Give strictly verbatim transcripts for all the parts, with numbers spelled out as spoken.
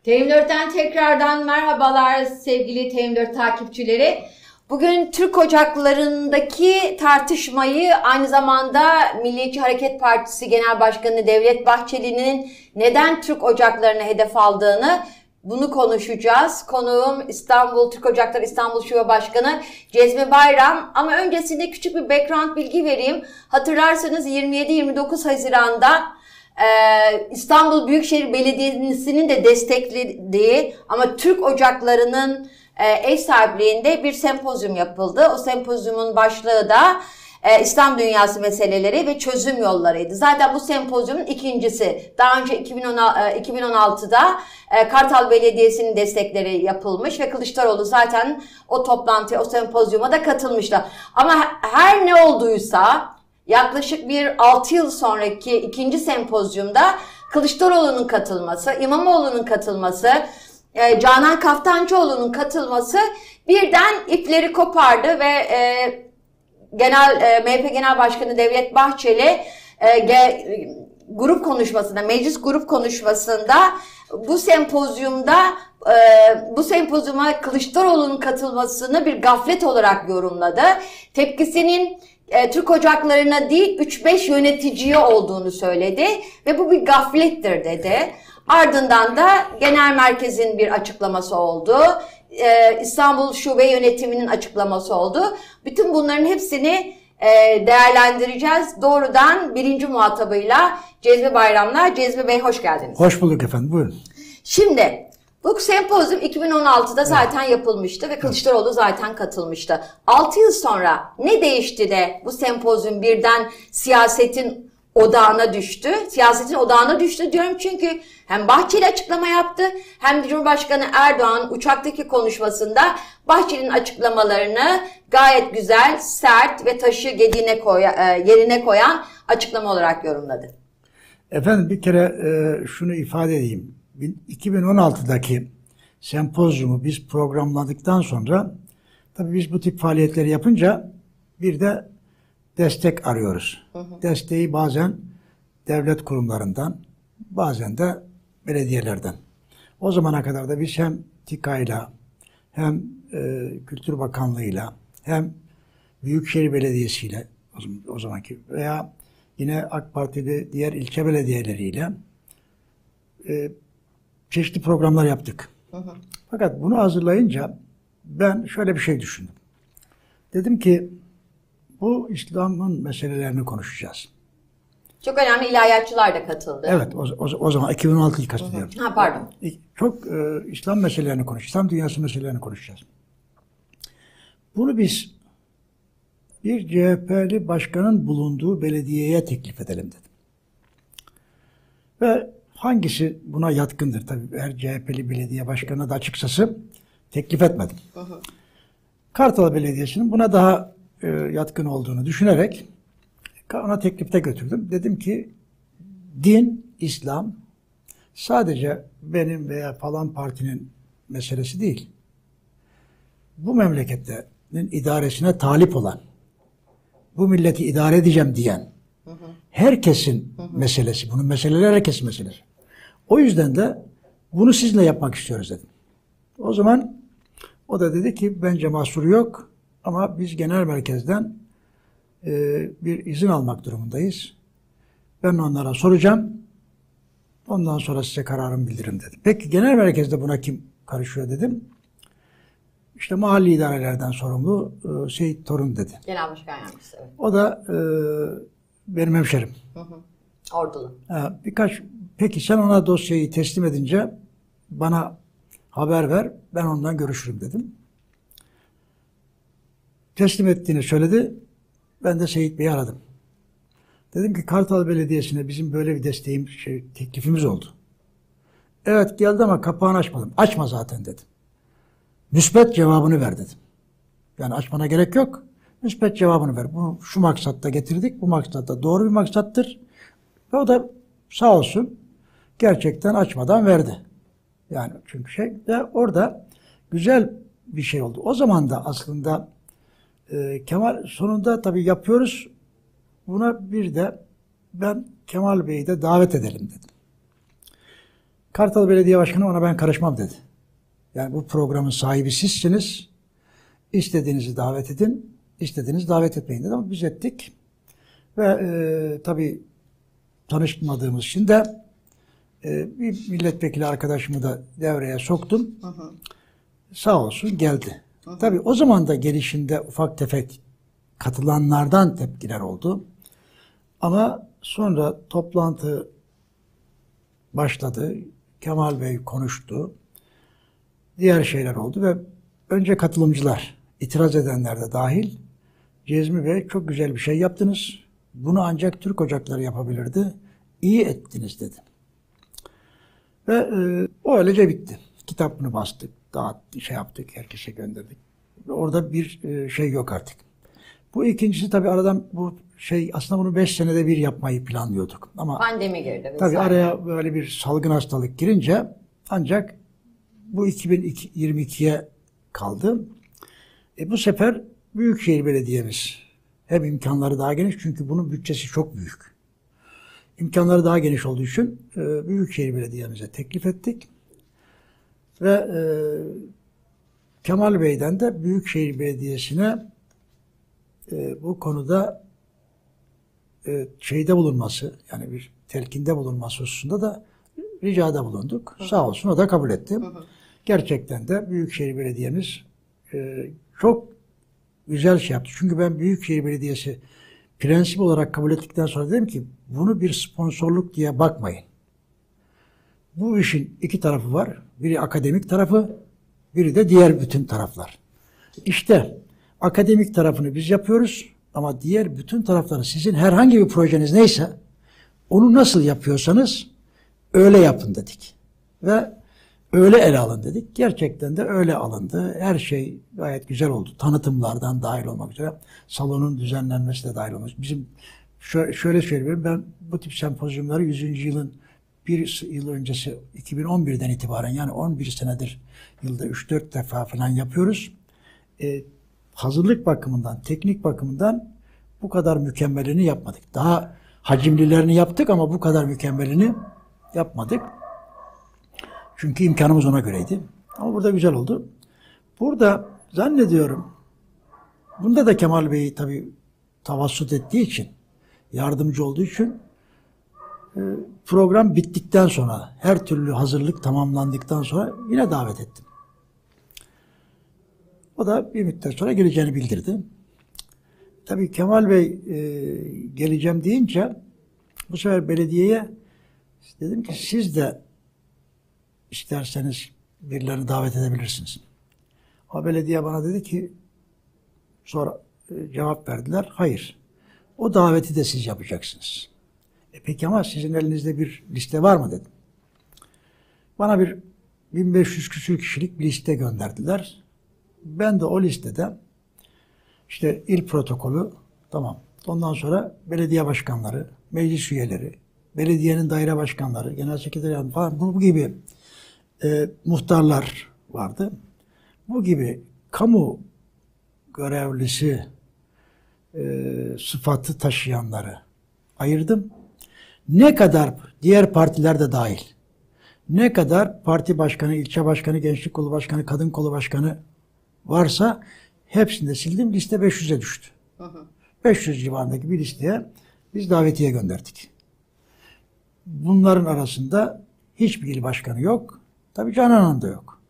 T yirmi dörtten tekrardan merhabalar sevgili T yirmi dört takipçileri. Bugün Türk Ocakları'ndaki tartışmayı, aynı zamanda Milliyetçi Hareket Partisi Genel Başkanı Devlet Bahçeli'nin neden Türk Ocakları'na hedef aldığını, bunu konuşacağız. Konuğum İstanbul Türk Ocakları İstanbul Şube Başkanı Cezmi Bayram. Ama öncesinde küçük bir background bilgi vereyim. Hatırlarsanız yirmi yedi yirmi dokuz Haziran'da Ee, İstanbul Büyükşehir Belediyesi'nin de desteklediği ama Türk Ocakları'nın e, ev sahipliğinde bir sempozyum yapıldı. O sempozyumun başlığı da e, İslam dünyası meseleleri ve çözüm yollarıydı. Zaten bu sempozyumun ikincisi. Daha önce iki bin on altıda e, Kartal Belediyesi'nin destekleri yapılmış ve Kılıçdaroğlu zaten o toplantıya, o sempozyuma da katılmıştı. Ama her ne olduysa yaklaşık bir altı yıl sonraki ikinci sempozyumda Kılıçdaroğlu'nun katılması, İmamoğlu'nun katılması, e, Canan Kaftancıoğlu'nun katılması birden ipleri kopardı ve e, genel e, M H P Genel Başkanı Devlet Bahçeli e, ge, grup konuşmasında, meclis grup konuşmasında bu sempozyumda e, bu sempozyuma Kılıçdaroğlu'nun katılmasını bir gaflet olarak yorumladı. Tepkisinin E, Türk Ocakları'na değil üç beş yöneticiye olduğunu söyledi ve bu bir gaflettir dedi. Ardından da genel merkezin bir açıklaması oldu. E, İstanbul Şube Yönetimi'nin açıklaması oldu. Bütün bunların hepsini e, değerlendireceğiz. Doğrudan birinci muhatabıyla Cezmi Bayram'la. Cezmi Bey hoş geldiniz. Hoş bulduk efendim, buyurun. Şimdi bu sempozyum iki bin on altıda zaten yapılmıştı ve Kılıçdaroğlu zaten katılmıştı. altı yıl sonra ne değişti de bu sempozyum birden siyasetin odağına düştü? Siyasetin odağına düştü diyorum çünkü hem Bahçeli açıklama yaptı hem de Cumhurbaşkanı Erdoğan uçaktaki konuşmasında Bahçeli'nin açıklamalarını gayet güzel, sert ve taşı gediğine koy, yerine koyan açıklama olarak yorumladı. Efendim bir kere e, şunu ifade edeyim. iki bin on altıdaki sempozyumu biz programladıktan sonra tabii biz bu tip faaliyetleri yapınca bir de destek arıyoruz. Hı hı. Desteği bazen devlet kurumlarından, bazen de belediyelerden. O zamana kadar da biz hem TİKA'yla hem e, Kültür Bakanlığı'yla hem Büyükşehir Belediyesi'yle o, o zamanki veya yine AK Parti'de diğer ilçe belediyeleriyle e, çeşitli programlar yaptık. Hı hı. Fakat bunu hazırlayınca ben şöyle bir şey düşündüm. Dedim ki bu İslam'ın meselelerini konuşacağız. Çok önemli ilahiyatçılar da katıldı. Evet, o, o, o zaman iki bin on altıyı kastediyorum. Ha pardon. Çok e, İslam meselelerini konuşacağız. İslam dünyası meselelerini konuşacağız. Bunu biz bir C H P'li başkanın bulunduğu belediyeye teklif edelim dedim. Ve hangisi buna yatkındır? Tabii her C H P'li belediye başkanına da açıkçası teklif etmedim. Hı hı. Kartal Belediyesi'nin buna daha e, yatkın olduğunu düşünerek ona teklifte götürdüm. Dedim ki din, İslam sadece benim veya falan partinin meselesi değil. Bu memleketlerin idaresine talip olan, bu milleti idare edeceğim diyen, hı hı, herkesin hı hı. meselesi. Bunun meseleleri herkesin meselesi. O yüzden de bunu sizinle yapmak istiyoruz dedim. O zaman o da dedi ki bence mahsuru yok ama biz genel merkezden e, bir izin almak durumundayız. Ben onlara soracağım. Ondan sonra size kararımı bildiririm dedi. Peki genel merkezde buna kim karışıyor dedim. İşte mahalli idarelerden sorumlu e, Seyit Torun dedi. Genel Başkan Yardımcısı. Evet. O da e, benim hemşerim. Hı hı. Ordulu. Ha, birkaç, peki sen ona dosyayı teslim edince bana haber ver, ben ondan görüşürüm dedim. Teslim ettiğini söyledi, ben de Seyit Bey'i aradım. Dedim ki Kartal Belediyesi'ne bizim böyle bir desteğim, şey, teklifimiz oldu. Evet geldi ama kapağını açmadım. Açma zaten dedim. Müsbet cevabını ver dedim. Yani açmana gerek yok. Müsbet cevabını ver. Bunu şu maksatta getirdik. Bu maksatta doğru bir maksattır. Ve o da sağ olsun gerçekten açmadan verdi. Yani çünkü şey ve orada güzel bir şey oldu. O zaman da aslında e, Kemal sonunda tabii yapıyoruz. Buna bir de ben Kemal Bey'i de davet edelim dedim. Kartal Belediye Başkanı ona ben karışmam dedi. Yani bu programın sahibi sizsiniz. İstediğinizi davet edin, istediğinizi davet etmeyin dedi ama biz ettik. Ve e, tabii tanışmadığımız için de e, bir milletvekili arkadaşımı da devreye soktum. Hı hı. Sağ olsun geldi. Hı hı. Tabii o zaman da gelişinde ufak tefek katılanlardan tepkiler oldu. Ama sonra toplantı başladı. Kemal Bey konuştu. Diğer şeyler oldu ve önce katılımcılar, itiraz edenler de dahil, Cezmi Bey çok güzel bir şey yaptınız. Bunu ancak Türk Ocakları yapabilirdi. İyi ettiniz dedi. Ve e, o öylece bitti. Kitabını bastık, dağıttık, şey yaptık, herkese gönderdik. Orada bir e, şey yok artık. Bu ikincisi tabii aradan bu şey aslında bunu beş senede bir yapmayı planlıyorduk. Ama pandemi girdi vesaire. Tabii araya böyle bir salgın hastalık girince ancak bu iki bin yirmi ikiye kaldı. E bu sefer Büyükşehir Belediye'miz hem imkanları daha geniş çünkü bunun bütçesi çok büyük. İmkanları daha geniş olduğu için e, Büyükşehir Belediye'mize teklif ettik. Ve e, Kemal Bey'den de Büyükşehir Belediyesi'ne e, bu konuda e, şeyde bulunması, yani bir telkinde bulunması hususunda da ricada bulunduk. Hı hı. Sağ olsun o da kabul etti. Hı hı. Gerçekten de Büyükşehir Belediye'miz e, çok güzel şey yaptı. Çünkü ben Büyükşehir Belediyesi prensip olarak kabul ettikten sonra dedim ki bunu bir sponsorluk diye bakmayın. Bu işin iki tarafı var. Biri akademik tarafı, biri de diğer bütün taraflar. İşte akademik tarafını biz yapıyoruz ama diğer bütün tarafları sizin herhangi bir projeniz neyse onu nasıl yapıyorsanız öyle yapın dedik. Ve öyle ele alın dedik. Gerçekten de öyle alındı. Her şey gayet güzel oldu. Tanıtımlardan dahil olmak üzere. Salonun düzenlenmesi de dahil olmuş. Bizim şöyle, şöyle söylüyorum. Ben bu tip sempozyumları yüzüncü yılın bir yıl öncesi iki bin on birden itibaren yani on bir senedir yılda üç dört defa falan yapıyoruz. Ee, hazırlık bakımından, teknik bakımından bu kadar mükemmelini yapmadık. Daha hacimlilerini yaptık ama bu kadar mükemmelini yapmadık. Çünkü imkanımız ona göreydi. Ama burada güzel oldu. Burada zannediyorum, bunda da Kemal Bey tabii tavassut ettiği için, yardımcı olduğu için program bittikten sonra, her türlü hazırlık tamamlandıktan sonra yine davet ettim. O da bir müddet sonra geleceğini bildirdi. Tabii Kemal Bey e, geleceğim deyince bu sefer belediyeye dedim ki siz de isterseniz birilerini davet edebilirsiniz. O belediye bana dedi ki sonra e, cevap verdiler. Hayır. O daveti de siz yapacaksınız. E peki ama sizin elinizde bir liste var mı dedim. Bana bir bin beş yüz küsur kişilik bir liste gönderdiler. Ben de o listede işte il protokolü tamam. Ondan sonra belediye başkanları, meclis üyeleri, belediyenin daire başkanları, genel sekreter falan bu gibi e, muhtarlar vardı. Bu gibi kamu görevlisi e, sıfatı taşıyanları ayırdım. Ne kadar diğer partiler de dahil, ne kadar parti başkanı, ilçe başkanı, gençlik kolu başkanı, kadın kolu başkanı varsa hepsini de sildim. Liste beş yüze düştü. Hı hı. beş yüz civarındaki bir listeye biz davetiye gönderdik. Bunların arasında hiçbir il başkanı yok. Tabii Canan Hanım da yok.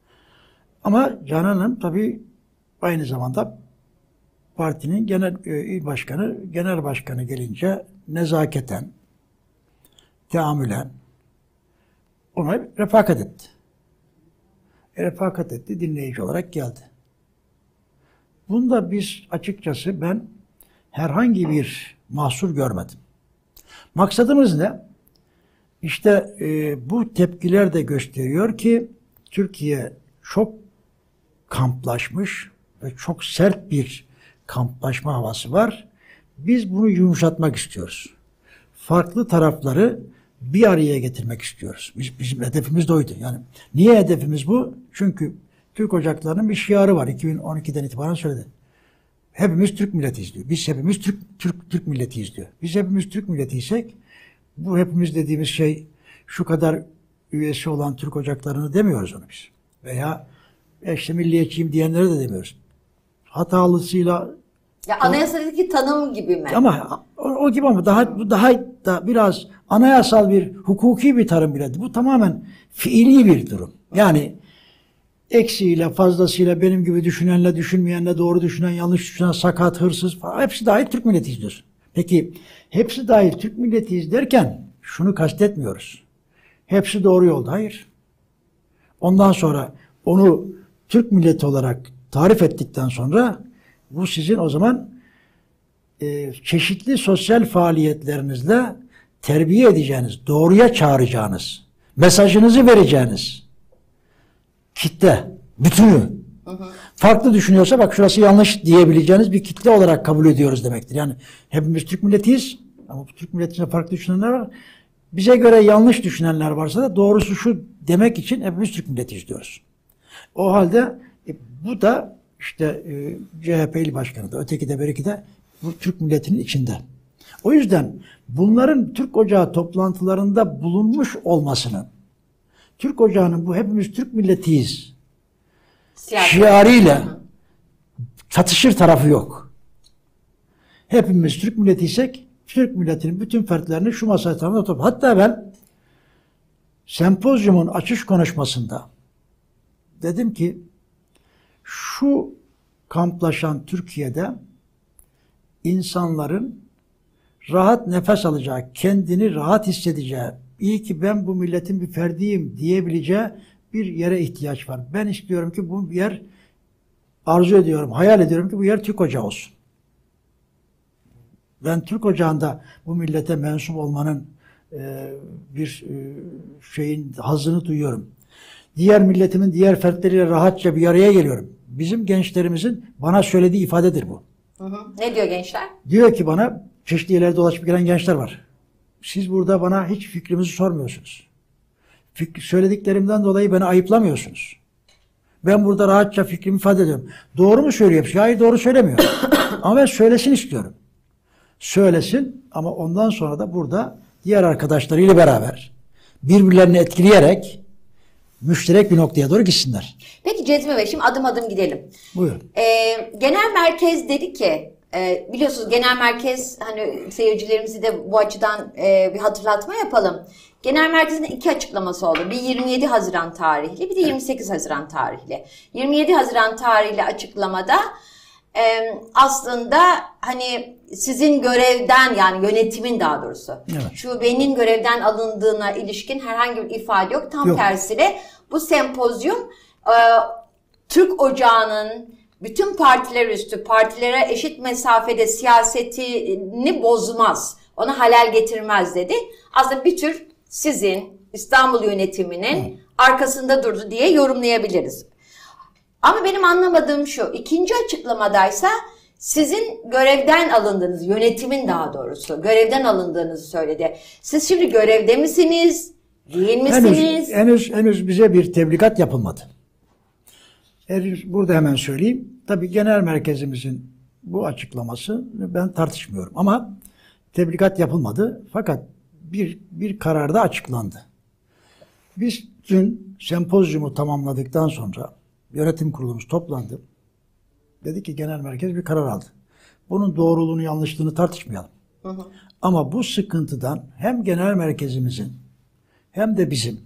Ama Canan Hanım tabii aynı zamanda partinin genel il başkanı, genel başkanı gelince nezaketen, teamülen ona refakat etti. E, refakat etti, dinleyici olarak geldi. Bunda biz açıkçası ben herhangi bir mahsur görmedim. Maksadımız ne? İşte e, bu tepkiler de gösteriyor ki Türkiye çok kamplaşmış ve çok sert bir kamplaşma havası var. Biz bunu yumuşatmak istiyoruz. Farklı tarafları bir araya getirmek istiyoruz. Biz, bizim hedefimiz de oydu. Yani niye hedefimiz bu? Çünkü Türk Ocakları'nın bir şiarı var. iki bin on ikiden itibaren söyledi. Hepimiz Türk milletiyiz diyor. Biz hepimiz Türk, Türk, Türk milletiyiz diyor. Biz hepimiz Türk milletiysek bu hepimiz dediğimiz şey şu kadar üyesi olan Türk Ocakları'nı demiyoruz onu biz. Veya işte milliyetçiyim diyenleri de demiyoruz. Hatalısıyla Ya anayasadaki tanım gibi mi? ama o, o gibi ama daha bu daha da biraz anayasal bir hukuki bir tarım bile. Bu tamamen fiili bir durum. Yani eksiğiyle, fazlasıyla benim gibi düşünenle, düşünmeyenle, doğru düşünen, yanlış düşünen, sakat, hırsız falan hepsi dahil Türk milletiyiz diyoruz. Peki hepsi dahil Türk milletiyiz derken şunu kastetmiyoruz. Hepsi doğru yolda. Hayır. Ondan sonra onu Türk milleti olarak tarif ettikten sonra bu sizin o zaman e, çeşitli sosyal faaliyetlerinizle terbiye edeceğiniz, doğruya çağıracağınız, mesajınızı vereceğiniz kitle, bütünü. Hı hı. Farklı düşünüyorsa bak şurası yanlış diyebileceğiniz bir kitle olarak kabul ediyoruz demektir. Yani hepimiz Türk milletiyiz ama bu Türk milletinde farklı düşünenler var. Bize göre yanlış düşünenler varsa da doğrusu şu demek için hepimiz Türk milletiyiz diyoruz. O halde e, bu da işte e, C H P'li başkanı da öteki de beriki de bu Türk milletinin içinde. O yüzden bunların Türk Ocağı toplantılarında bulunmuş olmasını, Türk Ocağı'nın bu hepimiz Türk milletiyiz Siyasi. şiarıyla çatışır tarafı yok. Hepimiz Türk milletiysek Türk milletinin bütün fertlerini şu masa etrafında toplar. Hatta ben sempozyumun açış konuşmasında dedim ki şu kamplaşan Türkiye'de insanların rahat nefes alacağı, kendini rahat hissedeceği, iyi ki ben bu milletin bir ferdiyim diyebileceği bir yere ihtiyaç var. Ben istiyorum ki bu yer, arzu ediyorum, hayal ediyorum ki bu yer Türk Ocağı olsun. Ben Türk Ocağı'nda bu millete mensup olmanın e, bir e, şeyin hazzını duyuyorum. Diğer milletimin diğer fertleriyle rahatça bir araya geliyorum. Bizim gençlerimizin bana söylediği ifadedir bu. Hı hı. Ne diyor gençler? Diyor ki bana, çeşitli yerlerde dolaşıp gelen gençler var. Siz burada bana hiç fikrimizi sormuyorsunuz. Fik- söylediklerimden dolayı beni ayıplamıyorsunuz. Ben burada rahatça fikrimi ifade ediyorum. Doğru mu söylüyor? Hayır, doğru söylemiyor. Ama ben söylesin istiyorum. Söylesin ama ondan sonra da burada diğer arkadaşlarıyla beraber birbirlerini etkileyerek müşterek bir noktaya doğru gitsinler. Peki Cezmi Bey, şimdi adım adım gidelim. Buyurun. Ee, genel merkez dedi ki, e, biliyorsunuz genel merkez, hani seyircilerimizi de bu açıdan e, bir hatırlatma yapalım. Genel merkezin iki açıklaması oldu. Bir yirmi yedi Haziran tarihli, bir de yirmi sekiz Haziran tarihli. yirmi yedi Haziran tarihli açıklamada e, aslında hani sizin görevden, yani yönetimin daha doğrusu, evet, şubenin görevden alındığına ilişkin herhangi bir ifade yok. Tam yok. tersine bu sempozyum e, Türk Ocağı'nın bütün partiler üstü, partilere eşit mesafede siyasetini bozmaz, ona halel getirmez dedi. Aslında bir tür sizin İstanbul yönetiminin Hı. arkasında durdu diye yorumlayabiliriz. Ama benim anlamadığım şu, ikinci açıklamadaysa sizin görevden alındığınız, yönetimin daha doğrusu görevden alındığınızı söyledi. Siz şimdi görevde misiniz, değil misiniz? Henüz, henüz, henüz bize bir tebligat yapılmadı. Henüz, burada hemen söyleyeyim. Tabii genel merkezimizin bu açıklaması ben tartışmıyorum ama tebligat yapılmadı. Fakat bir, bir kararda açıklandı. Biz dün sempozyumu tamamladıktan sonra yönetim kurulumuz toplandı. Dedi ki genel merkez bir karar aldı. Bunun doğruluğunu, yanlışlığını tartışmayalım. Hı hı. Ama bu sıkıntıdan hem genel merkezimizin hem de bizim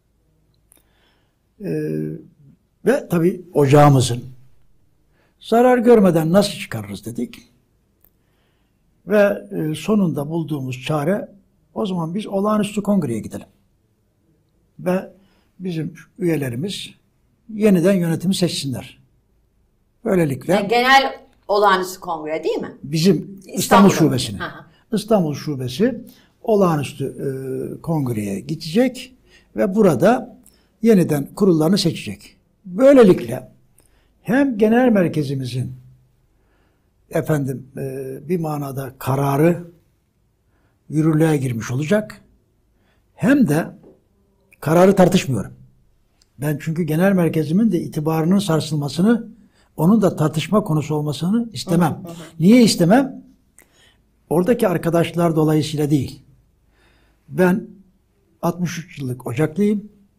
e, ve tabii ocağımızın zarar görmeden nasıl çıkarırız dedik. Ve e, sonunda bulduğumuz çare, o zaman biz olağanüstü kongreye gidelim. Ve bizim üyelerimiz yeniden yönetimi seçsinler. Böylelikle yani genel olağanüstü kongre değil mi? Bizim İstanbul Şubesi'ne. Aha. İstanbul Şubesi olağanüstü e, kongreye gidecek ve burada yeniden kurullarını seçecek. Böylelikle hem genel merkezimizin efendim e, bir manada kararı yürürlüğe girmiş olacak, hem de kararı tartışmıyorum. Ben çünkü genel merkezimin de itibarının sarsılmasını, onun da tartışma konusu olmasını istemem. Hı hı. Niye istemem? Oradaki arkadaşlar dolayısıyla değil. Ben altmış üç yıllık Ocaklıyım.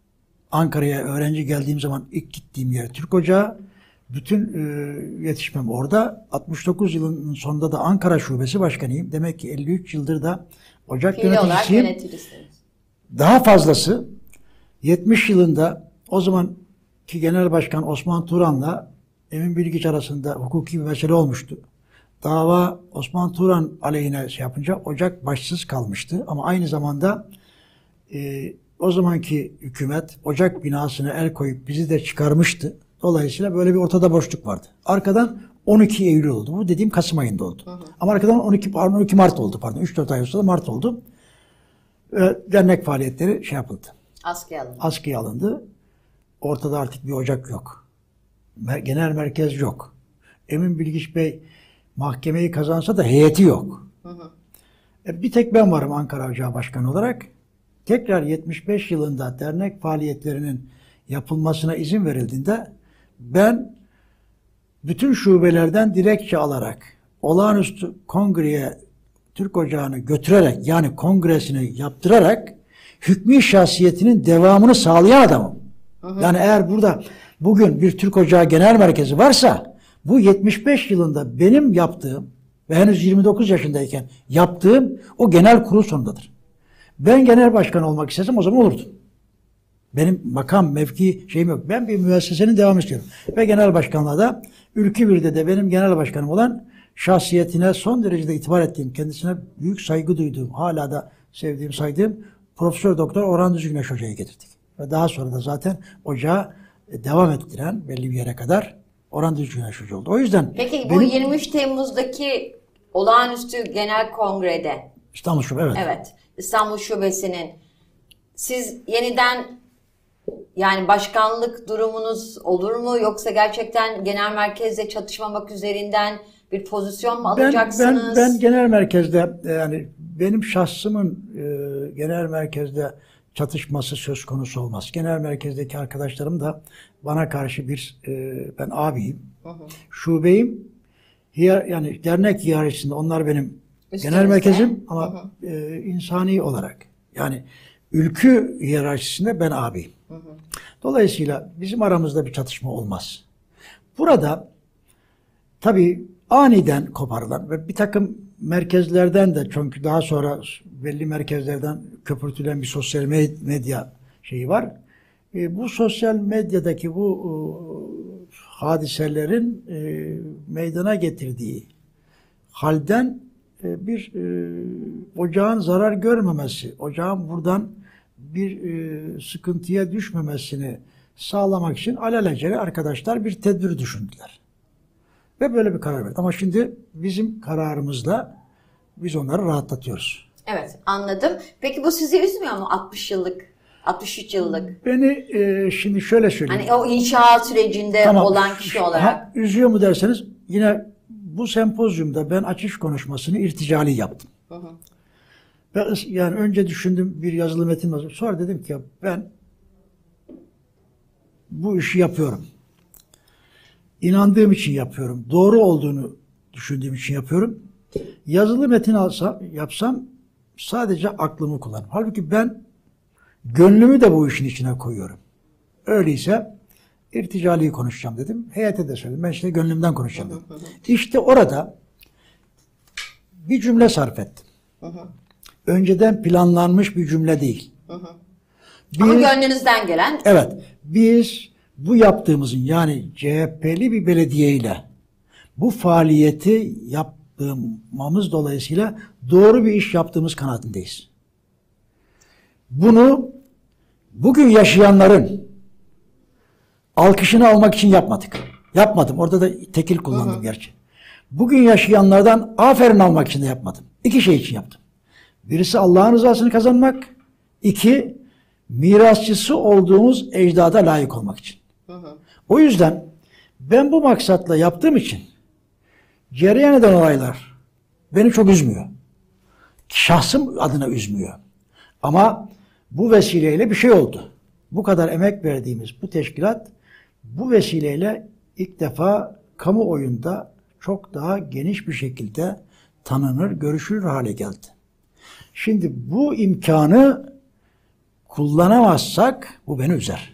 Ankara'ya öğrenci geldiğim zaman ilk gittiğim yer Türk Ocağı. Bütün e, yetişmem orada. altmış dokuz yılının sonunda da Ankara Şubesi Başkanıyım. Demek ki elli üç yıldır da ocak Fiili olarak yöneticisiyim. yöneticisiniz. Daha fazlası yetmiş yılında o zamanki Genel Başkan Osman Turan'la Emin Bilgiç arasında hukuki bir mesele olmuştu. Dava Osman Turan aleyhine şey yapınca ocak başsız kalmıştı. Ama aynı zamanda e, o zamanki hükümet ocak binasına el koyup bizi de çıkarmıştı. Dolayısıyla böyle bir ortada boşluk vardı. Arkadan on iki Eylül oldu. Bu dediğim Kasım ayında oldu. Hı hı. Ama arkadan on iki, on iki Mart oldu pardon. üç dört ay sonra Mart oldu. E, dernek faaliyetleri şey yapıldı. Askıya alındı. Askıya alındı. Ortada artık bir ocak yok. Genel merkez yok. Emin Bilgiç Bey mahkemeyi kazansa da heyeti yok. Hı hı. E, bir tek ben varım Ankara Ocağı Başkanı olarak. Tekrar yetmiş beş yılında dernek faaliyetlerinin yapılmasına izin verildiğinde ben bütün şubelerden dilekçe alarak olağanüstü kongreye Türk Ocağı'nı götürerek yani kongresini yaptırarak hükmü şahsiyetinin devamını sağlayan adamım. Hı hı. Yani eğer burada bugün bir Türk Ocağı Genel Merkezi varsa bu yetmiş beş yılında benim yaptığım ve henüz yirmi dokuz yaşındayken yaptığım o genel kurul sonundadır. Ben genel başkan olmak istesem o zaman olurdum. Benim makam, mevki şeyim yok. Ben bir müessesenin devamı istiyorum. Ve genel başkanlığa da Ülkü bir'de de benim genel başkanım olan şahsiyetine son derecede itibar ettiğim, kendisine büyük saygı duyduğum, hala da sevdiğim, saydığım Profesör Doktor Orhan Düzgüneş Hoca'yı getirdik. Ve daha sonra da zaten ocağı devam ettiren belli bir yere kadar Orhan Düzgüneş Hoca oldu. O yüzden peki bu benim, yirmi üç Temmuz'daki olağanüstü genel kongrede İstanbul Şube, evet. Evet. İstanbul Şubesi'nin siz yeniden yani başkanlık durumunuz olur mu? Yoksa gerçekten genel merkezle çatışmamak üzerinden bir pozisyon mu alacaksınız? Ben, ben, ben genel merkezde yani benim şahsımın e, genel merkezde çatışması söz konusu olmaz. Genel merkezdeki arkadaşlarım da bana karşı bir e, ben abiyim. Hı hı. Şubeyim. Hiyer, yani dernek hiyerarşisinde onlar benim Üstünüzde. Genel merkezim ama hı hı. E, insani olarak yani ülkü hiyerarşisinde ben abiyim. Hı hı. Dolayısıyla bizim aramızda bir çatışma olmaz. Burada tabii aniden koparılan ve bir takım merkezlerden de çünkü daha sonra belli merkezlerden köpürtülen bir sosyal medya şeyi var. E, bu sosyal medyadaki bu e, hadiselerin e, meydana getirdiği halden e, bir e, ocağın zarar görmemesi, ocağın buradan bir e, sıkıntıya düşmemesini sağlamak için alelacele arkadaşlar bir tedbir düşündüler. Ve böyle bir karar verdi. Ama şimdi bizim kararımızla biz onları rahatlatıyoruz. Evet, anladım. Peki bu sizi üzmüyor mu altmış yıllık, altmış üç yıllık? Beni e, şimdi şöyle söyleyeyim. Hani o inşaat sürecinde tamam, olan kişi olarak. Ha, üzüyor mu derseniz yine bu sempozyumda ben açış konuşmasını irticali yaptım. Hı hı. Ben, yani önce düşündüm bir yazılı metin var. Sonra dedim ki ya ben bu işi yapıyorum. İnandığım için yapıyorum. Doğru olduğunu düşündüğüm için yapıyorum. Yazılı metin alsam, yapsam sadece aklımı kullanırım. Halbuki ben gönlümü de bu işin içine koyuyorum. Öyleyse irticaliyi konuşacağım dedim. Heyete de söyledim. Ben işte gönlümden konuşacağım dedim. İşte orada bir cümle sarf ettim. Önceden planlanmış bir cümle değil. Biz, Ama gönlünüzden gelen. Evet. Biz bu yaptığımızın yani C H P'li bir belediyeyle bu faaliyeti yaptığımız dolayısıyla doğru bir iş yaptığımız kanaatindeyiz. Bunu bugün yaşayanların alkışını almak için yapmadık. Yapmadım. Orada da tekil kullandım hı hı. gerçi. Bugün yaşayanlardan aferin almak için de yapmadım. İki şey için yaptım. Birisi Allah'ın rızasını kazanmak. İki, mirasçısı olduğumuz ecdada layık olmak için. Hı hı. O yüzden ben bu maksatla yaptığım için cereyan eden olaylar beni çok üzmüyor. Şahsım adına üzmüyor. Ama bu vesileyle bir şey oldu. Bu kadar emek verdiğimiz bu teşkilat bu vesileyle ilk defa kamuoyunda çok daha geniş bir şekilde tanınır, görüşülür hale geldi. Şimdi bu imkanı kullanamazsak bu beni üzer.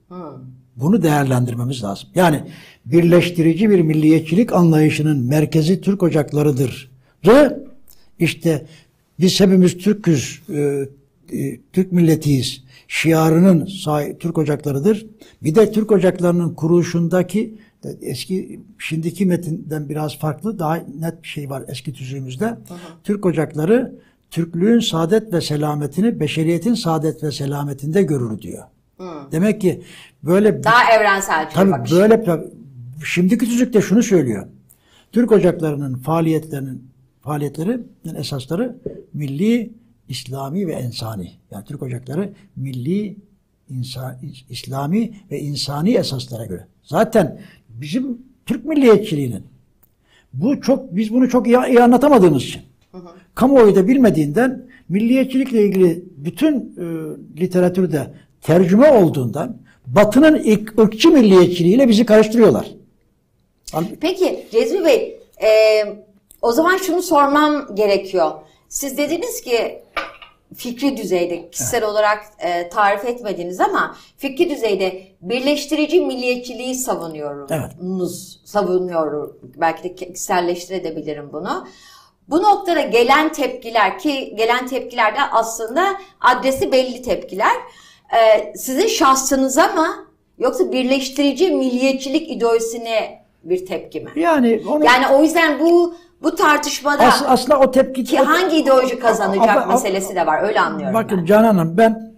Hmm. Bunu değerlendirmemiz lazım. Yani birleştirici bir milliyetçilik anlayışının merkezi Türk ocaklarıdır. Ve işte biz hepimiz Türk'üz, e, e, Türk milletiyiz şiarının sahi, Türk ocaklarıdır. Bir de Türk ocaklarının kuruluşundaki eski, şimdiki metinden biraz farklı, daha net bir şey var eski tüzüğümüzde. Hı hı. Türk ocakları, Türklüğün saadet ve selametini beşeriyetin saadet ve selametinde görür diyor. Hı. Demek ki böyle daha evrensel bir tabii bakış. Böyle şimdiki tüzükte şunu söylüyor. Türk ocaklarının faaliyetlerinin faaliyetlerinin esasları milli, İslami ve insani. Yani Türk ocakları milli, insan, İslami ve insani esaslara göre. Zaten bizim Türk milliyetçiliğinin bu çok biz bunu çok iyi, iyi anlatamadığımız için, hı hı. kamuoyu da bilmediğinden milliyetçilikle ilgili bütün e, literatürde tercüme olduğundan Batı'nın ilk ırkçı milliyetçiliğiyle bizi karıştırıyorlar. Peki Cezmi Bey, e, o zaman şunu sormam gerekiyor. Siz dediniz ki fikri düzeyde, kişisel evet. olarak e, tarif etmediniz ama fikri düzeyde birleştirici milliyetçiliği savunuyoruz. Evet. Savunuyorum. Belki de kişiselleştirebilirim bunu. Bu noktada gelen tepkiler ki gelen tepkiler de aslında adresi belli tepkiler. E, sizin şahsınıza mı yoksa birleştirici milliyetçilik ideolojisine bir tepki mi? Yani onu... Yani o yüzden bu bu tartışmada As, asla o tepki ki hangi ideoloji kazanacak a, a, a, meselesi de var. Öyle anlıyorum. Bakın ben. Canan Hanım, ben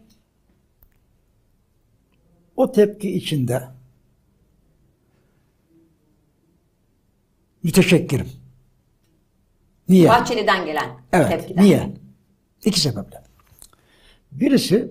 o tepki içinde müteşekkirim. Niye? Bahçeli'den gelen evet, tepkiden. Niye? İki sebeple. Birisi,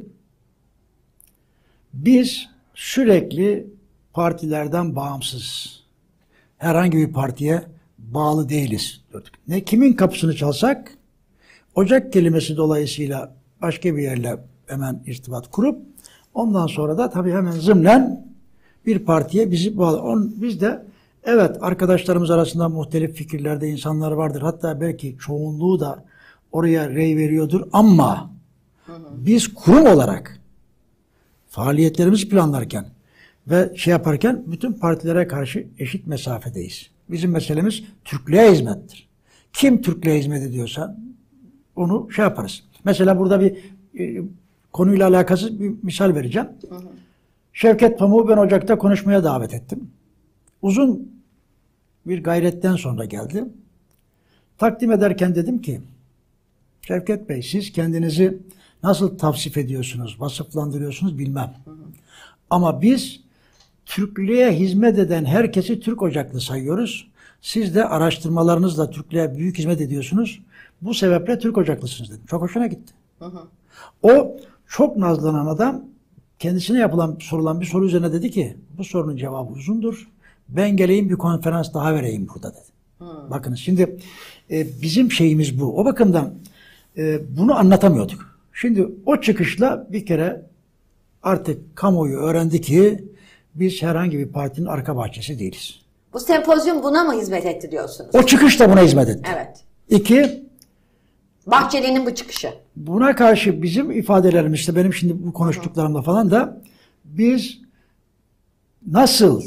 biz sürekli partilerden bağımsız, herhangi bir partiye bağlı değiliz. Ne kimin kapısını çalsak, ocak kelimesi dolayısıyla başka bir yerle hemen irtibat kurup, ondan sonra da tabii hemen zımnen bir partiye bizi bağlı. On, biz de evet, arkadaşlarımız arasında muhtelif fikirlerde insanlar vardır. Hatta belki çoğunluğu da oraya rey veriyordur ama hı hı. biz kurum olarak faaliyetlerimizi planlarken ve şey yaparken bütün partilere karşı eşit mesafedeyiz. Bizim meselemiz Türklüğe hizmettir. Kim Türklüğe hizmet ediyorsa onu şey yaparız. Mesela burada bir e, konuyla alakasız bir misal vereceğim. Hı hı. Şevket Pamuk'u ben Ocak'ta konuşmaya davet ettim. Uzun bir gayretten sonra geldi. Takdim ederken dedim ki, Şevket Bey, siz kendinizi nasıl tavsif ediyorsunuz, vasıflandırıyorsunuz bilmem. Hı hı. Ama biz Türklüğe hizmet eden herkesi Türk ocaklı sayıyoruz. Siz de araştırmalarınızla Türklüğe büyük hizmet ediyorsunuz. Bu sebeple Türk ocaklısınız dedim. Çok hoşuna gitti. Hı hı. O çok nazlanan adam kendisine yapılan sorulan bir soru üzerine dedi ki, bu sorunun cevabı uzundur. Ben geleyim bir konferans daha vereyim burada dedi. Hı. Bakınız şimdi e, bizim şeyimiz bu. O bakımdan e, bunu anlatamıyorduk. Şimdi o çıkışla bir kere artık kamuoyu öğrendi ki biz herhangi bir partinin arka bahçesi değiliz. Bu sempozyum buna mı hizmet etti diyorsunuz? O çıkış da buna hizmet etti. Evet. İki, Bahçeli'nin bu çıkışı. Buna karşı bizim ifadelerimiz, işte benim şimdi bu konuştuklarımda falan da biz nasıl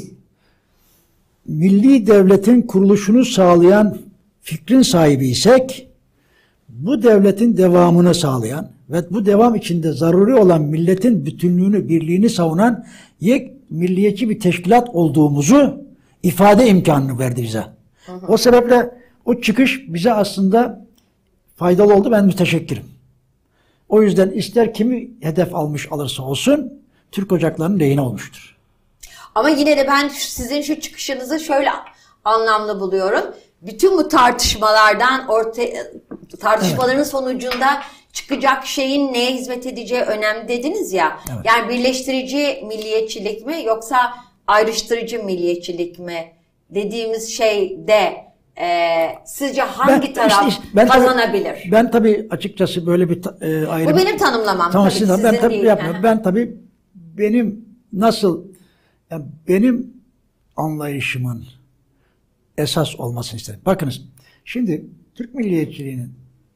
milli devletin kuruluşunu sağlayan fikrin sahibiysek, bu devletin devamını sağlayan ve bu devam içinde zaruri olan milletin bütünlüğünü, birliğini savunan yek milliyetçi bir teşkilat olduğumuzu ifade imkanını verdi bize. Hı hı. O sebeple o çıkış bize aslında faydalı oldu. Ben müteşekkirim. O yüzden ister kimi hedef almış alırsa olsun Türk ocaklarının lehine olmuştur. Ama yine de ben sizin şu çıkışınızı şöyle anlamlı buluyorum. Bütün bu tartışmalardan ortaya tartışmaların evet. sonucunda çıkacak şeyin neye hizmet edeceği önemli dediniz ya. Evet. Yani birleştirici milliyetçilik mi yoksa ayrıştırıcı milliyetçilik mi dediğimiz şeyde e, sizce hangi ben, taraf işte, ben kazanabilir? Tabii, ben tabii açıkçası böyle bir e, ayrım. Bu benim tanımlamam. Tamam, tabii, siz, sizin ben tabii değil. yapmıyorum. Ben tabii benim nasıl yani benim anlayışımın esas olmasını isterim. Bakınız, şimdi Türk milliyetçiliğinin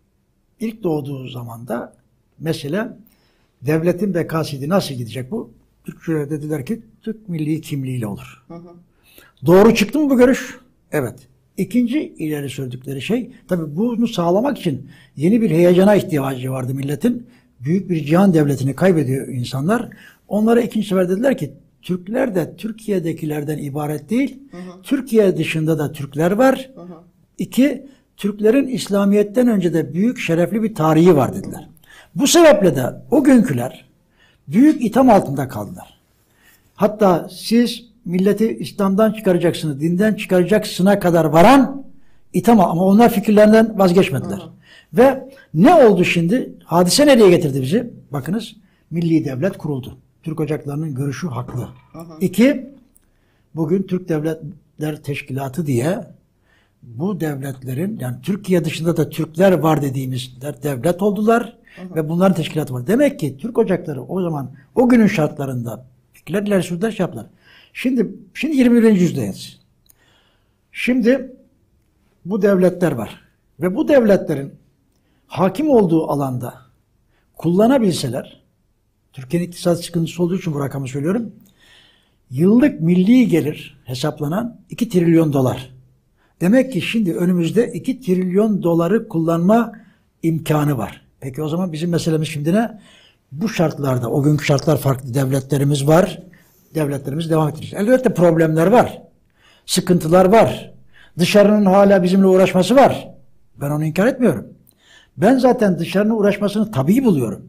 ilk doğduğu zamanda mesela devletin bekasıydı. Nasıl gidecek bu? Türkçüler dediler ki Türk milli kimliğiyle olur. Hı hı. Doğru çıktı mı bu görüş? Evet. İkinci ileri sürdükleri şey, tabii bunu sağlamak için yeni bir heyecana ihtiyacı vardı milletin. Büyük bir cihan devletini kaybediyor insanlar. Onlara ikinci sefer dediler ki Türkler de Türkiye'dekilerden ibaret değil. Hı hı. Türkiye dışında da Türkler var. Hı hı. İki, Türklerin İslamiyet'ten önce de büyük şerefli bir tarihi var dediler. Hı hı. Bu sebeple de o günküler büyük itham altında kaldılar. Hatta siz milleti İslam'dan çıkaracaksınız, dinden çıkaracaksına kadar varan itham, ama onlar fikirlerinden vazgeçmediler. Hı hı. Ve ne oldu şimdi? Hadise nereye getirdi bizi? Bakınız, milli devlet kuruldu. Türk Ocakları'nın görüşü haklı. Hı hı. İki, bugün Türk Devletler Teşkilatı diye bu devletlerin, yani Türkiye dışında da Türkler var dediğimiz devlet oldular. Hı hı. Ve bunların teşkilatı var. Demek ki Türk Ocakları o zaman o günün şartlarında fikirler ileri sürdüler, şey yaptılar. Şimdi, şimdi yirmi birinci yüzyıldayız. Şimdi bu devletler var. Ve bu devletlerin hakim olduğu alanda kullanabilseler, Türkiye'nin iktisat sıkıntısı olduğu için bu rakamı söylüyorum, yıllık milli gelir hesaplanan iki trilyon dolar. Demek ki şimdi önümüzde iki trilyon doları kullanma imkanı var. Peki o zaman bizim meselemiz şimdi ne? Bu şartlarda, o günkü şartlar farklı, devletlerimiz var. Devletlerimiz devam ettireceğiz. Elbette problemler var. Sıkıntılar var. Dışarının hala bizimle uğraşması var. Ben onu inkar etmiyorum. Ben zaten dışarının uğraşmasını tabii buluyorum.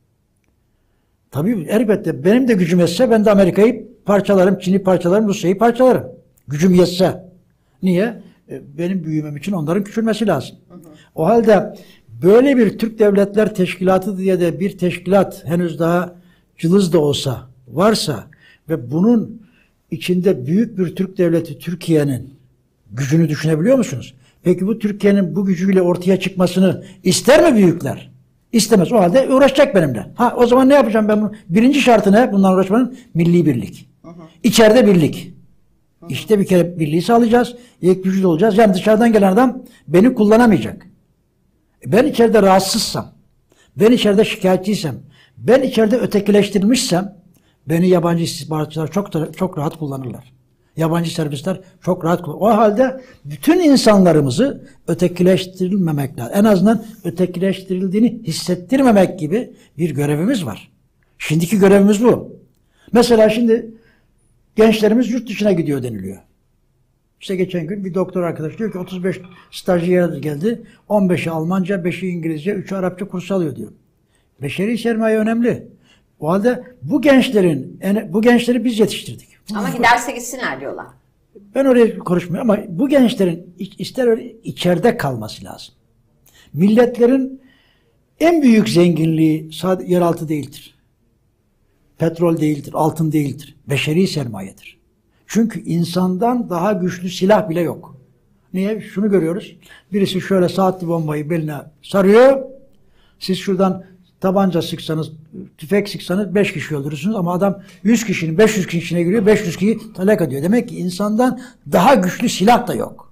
Tabii elbette benim de gücüm yetse ben de Amerika'yı parçalarım, Çin'i parçalarım, Rusya'yı parçalarım. Gücüm yetse. Niye? Benim büyümem için onların küçülmesi lazım. Hı hı. O halde böyle bir Türk Devletler Teşkilatı diye de bir teşkilat henüz daha cılız da olsa varsa ve bunun içinde büyük bir Türk devleti Türkiye'nin gücünü düşünebiliyor musunuz? Peki bu Türkiye'nin bu gücüyle ortaya çıkmasını ister mi büyükler? İstemez. O halde uğraşacak benimle. Ha, o zaman ne yapacağım ben bunu? Birinci şartı ne? Bundan uğraşmanın milli birlik. Hı hı. İçeride birlik. Hı hı. İşte bir kere birliği sağlayacağız. Yek güçlü olacağız. Yani dışarıdan gelen adam beni kullanamayacak. Ben içeride rahatsızsam, ben içeride şikayetçiysem, ben içeride ötekileştirilmişsem beni yabancı istihbaratçılar çok çok rahat kullanırlar. Yabancı servisler çok rahat kullanır. O halde bütün insanlarımızı ötekileştirilmemek lazım. En azından ötekileştirildiğini hissettirmemek gibi bir görevimiz var. Şimdiki görevimiz bu. Mesela şimdi gençlerimiz yurt dışına gidiyor deniliyor. İşte geçen gün bir doktor arkadaş diyor ki otuz beş stajyer geldi. on beşi Almanca, beşi İngilizce, üçü Arapça kurs alıyor diyor. Beşeri sermaye önemli. O halde bu gençlerin, bu gençleri biz yetiştirdik. Ama giderse gitsinler diyorlar. Ben oraya konuşmuyorum ama bu gençlerin ister öyle içeride kalması lazım. Milletlerin en büyük zenginliği sadece yeraltı değildir. Petrol değildir, altın değildir. Beşeri sermayedir. Çünkü insandan daha güçlü silah bile yok. Niye? Şunu görüyoruz. Birisi şöyle saatli bombayı beline sarıyor. Siz şuradan tabanca sıksanız, tüfek sıksanız beş kişi öldürürsünüz ama adam yüz kişinin beş yüz kişine giriyor, beş yüz kişiyi talak ediyor. Demek ki insandan daha güçlü silah da yok.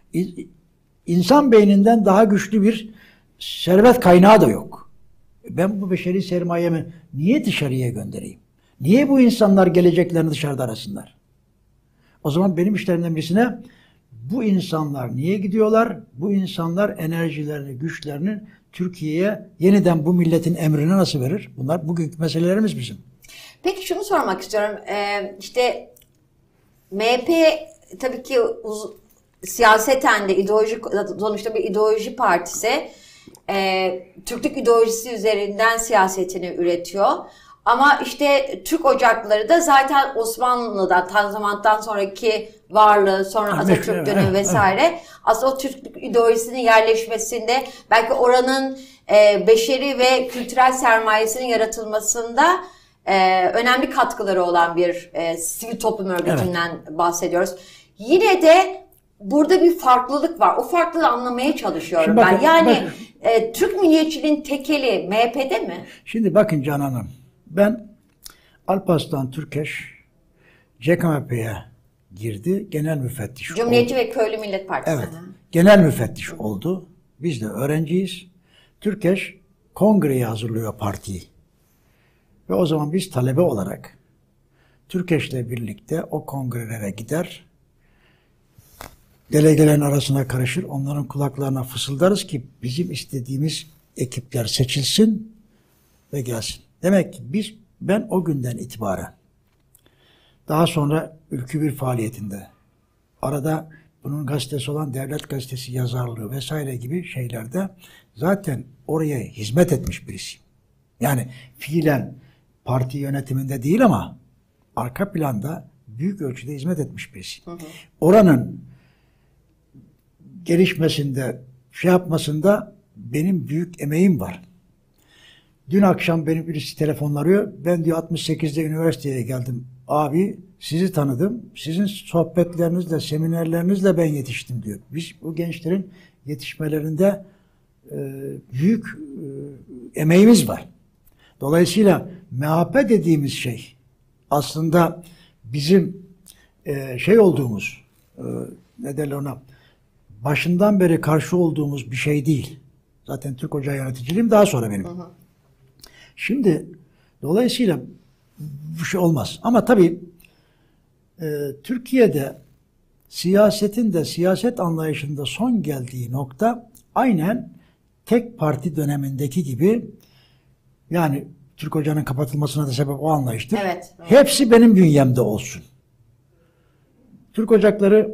İnsan beyninden daha güçlü bir servet kaynağı da yok. Ben bu beşeri sermayemi niye dışarıya göndereyim? Niye bu insanlar geleceklerini dışarıda arasınlar? O zaman benim işlerimden birisine bu insanlar niye gidiyorlar? Bu insanlar enerjilerini, güçlerini Türkiye'ye yeniden bu milletin emrine nasıl verir? Bunlar bugünkü meselelerimiz bizim. Peki şunu sormak istiyorum. Ee, işte M H P tabii ki uz- siyaseten de ideolojik, sonuçta bir ideoloji partisi. Ee, Türklük ideolojisi üzerinden siyasetini üretiyor. Ama işte Türk Ocakları da zaten Osmanlı'dan, Tanzimat'tan sonraki varlığı, sonra Atatürk dönemi vesaire. Aslında o Türk ideolojisinin yerleşmesinde, belki oranın e, beşeri ve kültürel sermayesinin yaratılmasında e, önemli katkıları olan bir e, sivil toplum örgütünden evet. bahsediyoruz. Yine de burada bir farklılık var. O farklılığı anlamaya çalışıyorum şimdi ben. Bakın, yani bakın. E, Türk milliyetçiliğin tekeli M H P'de mi? Şimdi bakın Canan Hanım. Ben Alparslan Türkeş C K M P'ye girdi. Genel müfettiş Cumhuriyetçi oldu. ve Köylü Millet Partisi. Evet. Genel müfettiş oldu. Biz de öğrenciyiz. Türkeş kongreye hazırlıyor partiyi. Ve o zaman biz talebe olarak Türkeş'le birlikte o kongrelere gider. Delegelerin arasına karışır. Onların kulaklarına fısıldarız ki bizim istediğimiz ekipler seçilsin ve gelsin. Demek ki biz, ben o günden itibaren, daha sonra Ülkü Bir faaliyetinde, arada bunun gazetesi olan Devlet Gazetesi yazarlığı vesaire gibi şeylerde zaten oraya hizmet etmiş birisiyim. Yani fiilen parti yönetiminde değil ama arka planda büyük ölçüde hizmet etmiş birisiyim. Hı hı. Oranın gelişmesinde, şey yapmasında benim büyük emeğim var. Dün akşam benim birisi telefonlarıyor. Ben diyor altmış sekizde üniversiteye geldim. Abi sizi tanıdım. Sizin sohbetlerinizle, seminerlerinizle ben yetiştim diyor. Biz bu gençlerin yetişmelerinde e, büyük e, emeğimiz var. Dolayısıyla M H P dediğimiz şey aslında bizim e, şey olduğumuz, e, ne derler ona, başından beri karşı olduğumuz bir şey değil. Zaten Türk Ocağı yöneticiliğim daha sonra benim. Hı hı. Şimdi dolayısıyla bu şey olmaz. Ama tabii e, Türkiye'de siyasetin de siyaset anlayışında son geldiği nokta aynen tek parti dönemindeki gibi, yani Türk Ocağı'nın kapatılmasına da sebep o anlayıştır. Evet, evet. Hepsi benim bünyemde olsun. Türk Ocakları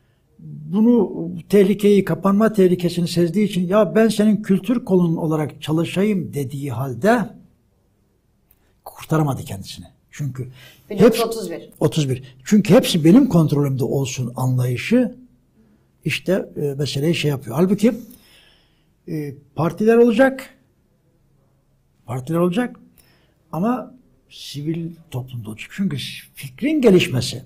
bunu, tehlikeyi, kapanma tehlikesini sezdiği için ya ben senin kültür kolun olarak çalışayım dediği halde kurtaramadı kendisini. Çünkü bin dokuz yüz otuz bir. Hepsi, otuz bir. Çünkü hepsi benim kontrolümde olsun anlayışı işte e, meseleyi şey yapıyor. Halbuki e, partiler olacak, partiler olacak ama sivil toplumda olacak. Çünkü fikrin gelişmesi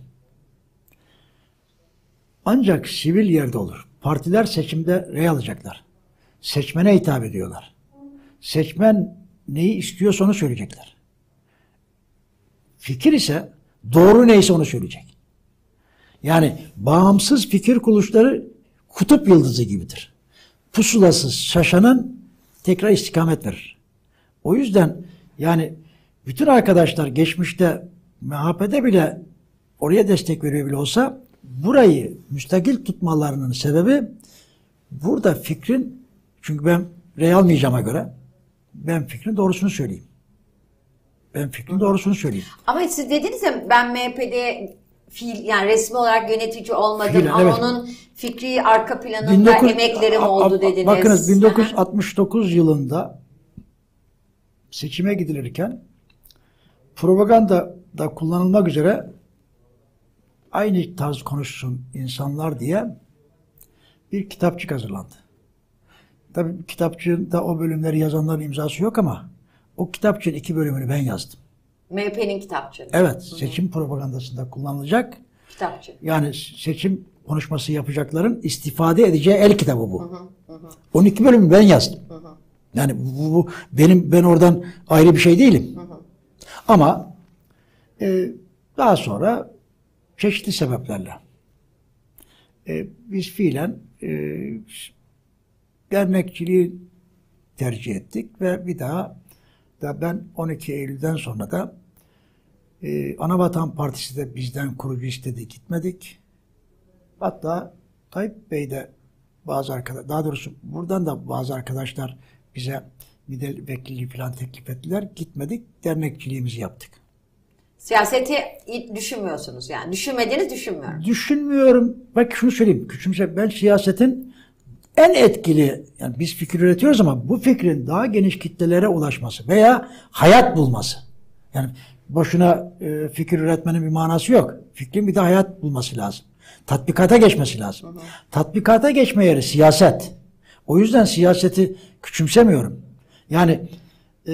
ancak sivil yerde olur. Partiler seçimde rey alacaklar. Seçmene hitap ediyorlar. Seçmen neyi istiyorsa onu söyleyecekler. Fikir ise doğru neyse onu söyleyecek. Yani bağımsız fikir kuruluşları kutup yıldızı gibidir. Pusulasız şaşanın tekrar istikamet verir. O yüzden yani bütün arkadaşlar geçmişte M H P'de bile oraya destek veriyor bile olsa burayı müstakil tutmalarının sebebi burada fikrin, çünkü ben rey almayacağıma göre ben fikrin doğrusunu söyleyeyim. Ben fikrin doğrusunu söyleyeyim. Ama siz dediniz ya ben M H P'de fiil, yani resmi olarak yönetici olmadım Fiilen, ama evet. onun fikri arka planında bin dokuz emeklerim oldu dediniz. Bakınız bin dokuz yüz altmış dokuz yılında seçime gidilirken propaganda da kullanılmak üzere aynı tarz konuşsun insanlar diye bir kitapçık hazırlandı. Tabii kitapçığında o bölümleri yazanların imzası yok ama o kitapçığın iki bölümünü ben yazdım. M H P'nin kitapçığı. Evet, Hı-hı. seçim propagandasında kullanılacak. Kitapçı. Yani seçim konuşması yapacakların istifade edeceği el kitabı bu. Hı hı hı. on iki bölümü ben yazdım. Hı hı. Yani bu, bu benim ben oradan ayrı bir şey değilim. Hı hı. Ama e, daha sonra çeşitli sebeplerle e, biz fiilen e, dernekçiliği tercih ettik ve bir daha da ben on iki Eylül'den sonra da e, Anavatan Partisi de bizden kurucu istedi, gitmedik. Hatta Tayyip Bey de bazı arkadaşlar, daha doğrusu buradan da bazı arkadaşlar bize milletvekilliği falan teklif ettiler. Gitmedik, dernekçiliğimizi yaptık. Siyaseti düşünmüyorsunuz yani. Düşünmediğiniz düşünmüyorum. Düşünmüyorum. Bak şunu söyleyeyim. Küçümse ben siyasetin en etkili, yani biz fikir üretiyoruz ama bu fikrin daha geniş kitlelere ulaşması veya hayat bulması. Yani boşuna e, fikir üretmenin bir manası yok. Fikrin bir de hayat bulması lazım. Tatbikata geçmesi lazım. Hı hı. Tatbikata geçme yeri siyaset. O yüzden siyaseti küçümsemiyorum. Yani e,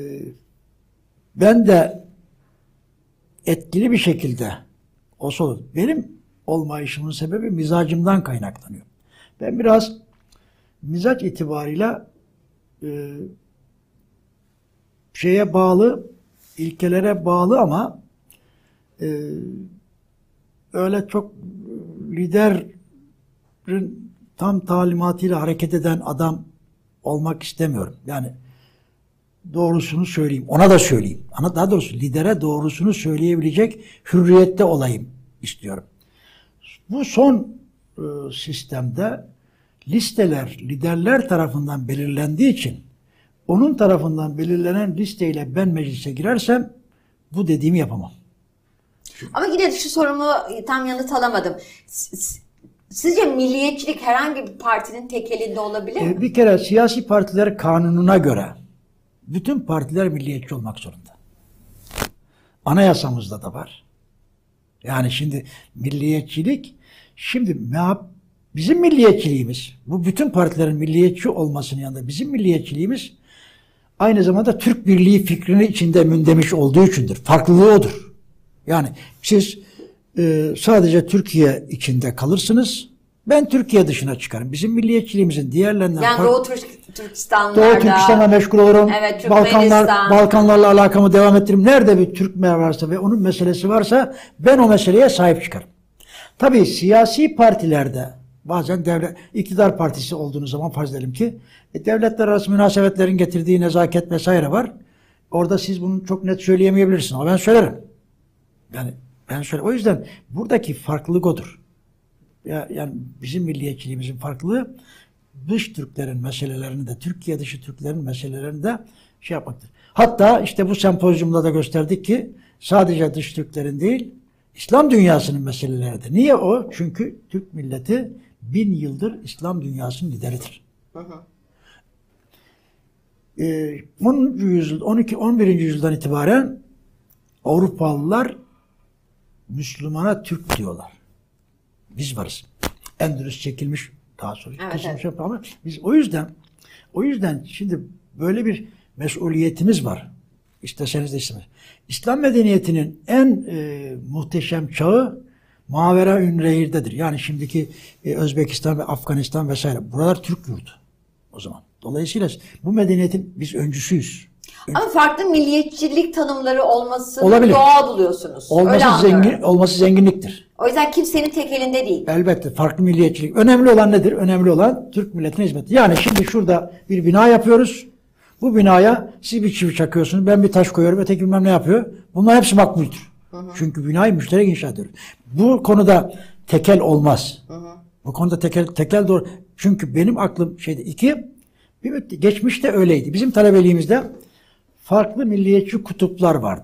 ben de etkili bir şekilde olsa olur. Benim olmayışımın sebebi mizacımdan kaynaklanıyor. Ben biraz mizaç itibarıyla e, şeye bağlı, ilkelere bağlı ama e, öyle çok liderin tam talimatıyla hareket eden adam olmak istemiyorum. Yani doğrusunu söyleyeyim. Ona da söyleyeyim. Ama daha doğrusu lidere doğrusunu söyleyebilecek hürriyette olayım istiyorum. Bu son e, sistemde listeler liderler tarafından belirlendiği için onun tarafından belirlenen listeyle ben meclise girersem bu dediğimi yapamam. Ama yine de şu sorumu tam yanıt alamadım. Sizce milliyetçilik herhangi bir partinin tek elinde olabilir mi? Bir kere siyasi partiler kanununa göre bütün partiler milliyetçi olmak zorunda. Anayasamızda da var. Yani şimdi milliyetçilik, şimdi bizim milliyetçiliğimiz, bu bütün partilerin milliyetçi olmasının yanında bizim milliyetçiliğimiz aynı zamanda Türk birliği fikrini içinde mündemiş olduğu içindir. Farklılığı odur. Yani siz e, sadece Türkiye içinde kalırsınız. Ben Türkiye dışına çıkarım. Bizim milliyetçiliğimizin diğerlerinden yani farklı. Doğu Türk, Türkistan'da. Doğu Türkistan'la meşgul olurum. Evet, Balkanlar, Balkanlarla alakamı devam ettiririm. Nerede bir Türkmen varsa ve onun meselesi varsa ben o meseleye sahip çıkarım. Tabii siyasi partilerde bazen devlet, iktidar partisi olduğunuz zaman farz edelim ki e, devletler arası münasebetlerin getirdiği nezaket vesaire var. Orada siz bunu çok net söyleyemeyebilirsiniz ama ben söylerim. Yani ben söyle. O yüzden buradaki farklılık odur. Ya, yani bizim milliyetçiliğimizin farklılığı dış Türklerin meselelerini de Türkiye dışı Türklerin meselelerini de şey yapmaktır. Hatta işte bu sempozyumda da gösterdik ki sadece dış Türklerin değil İslam dünyasının meseleleri de. Niye o? Çünkü Türk milleti bin yıldır İslam dünyasının lideridir. Hı hı. Ee, onuncu yüzyıl, on iki on birinci yüzyıldan itibaren Avrupalılar Müslümana Türk diyorlar. Biz varız. Endülüs çekilmiş daha sonra. Evet, evet. Ama biz o yüzden o yüzden şimdi böyle bir mesuliyetimiz var. İsteseniz de istemez. İslam medeniyetinin en e, muhteşem çağı Mavera Ünrehir'dedir. Yani şimdiki e, Özbekistan ve Afganistan vesaire. Buralar Türk yurdu o zaman. Dolayısıyla bu medeniyetin biz öncüsüyüz. Ama farklı milliyetçilik tanımları olmasını Olabilir. doğal buluyorsunuz. Olması, zengin, olması zenginliktir. O yüzden kimsenin tek elinde değil. Elbette farklı milliyetçilik. Önemli olan nedir? Önemli olan Türk milletine hizmet. Yani şimdi şurada bir bina yapıyoruz. Bu binaya siz bir çivi çakıyorsunuz, ben bir taş koyuyorum, öteki bilmem ne yapıyor. Bunlar hepsi makbuldür. Hı hı. Çünkü binayı müşterek inşa ediyoruz. Bu konuda tekel olmaz. Hı hı. Bu konuda tekel, tekel doğru. Çünkü benim aklım şeyde iki, bir, geçmişte öyleydi. Bizim talebeliğimizde farklı milliyetçi kutuplar vardı.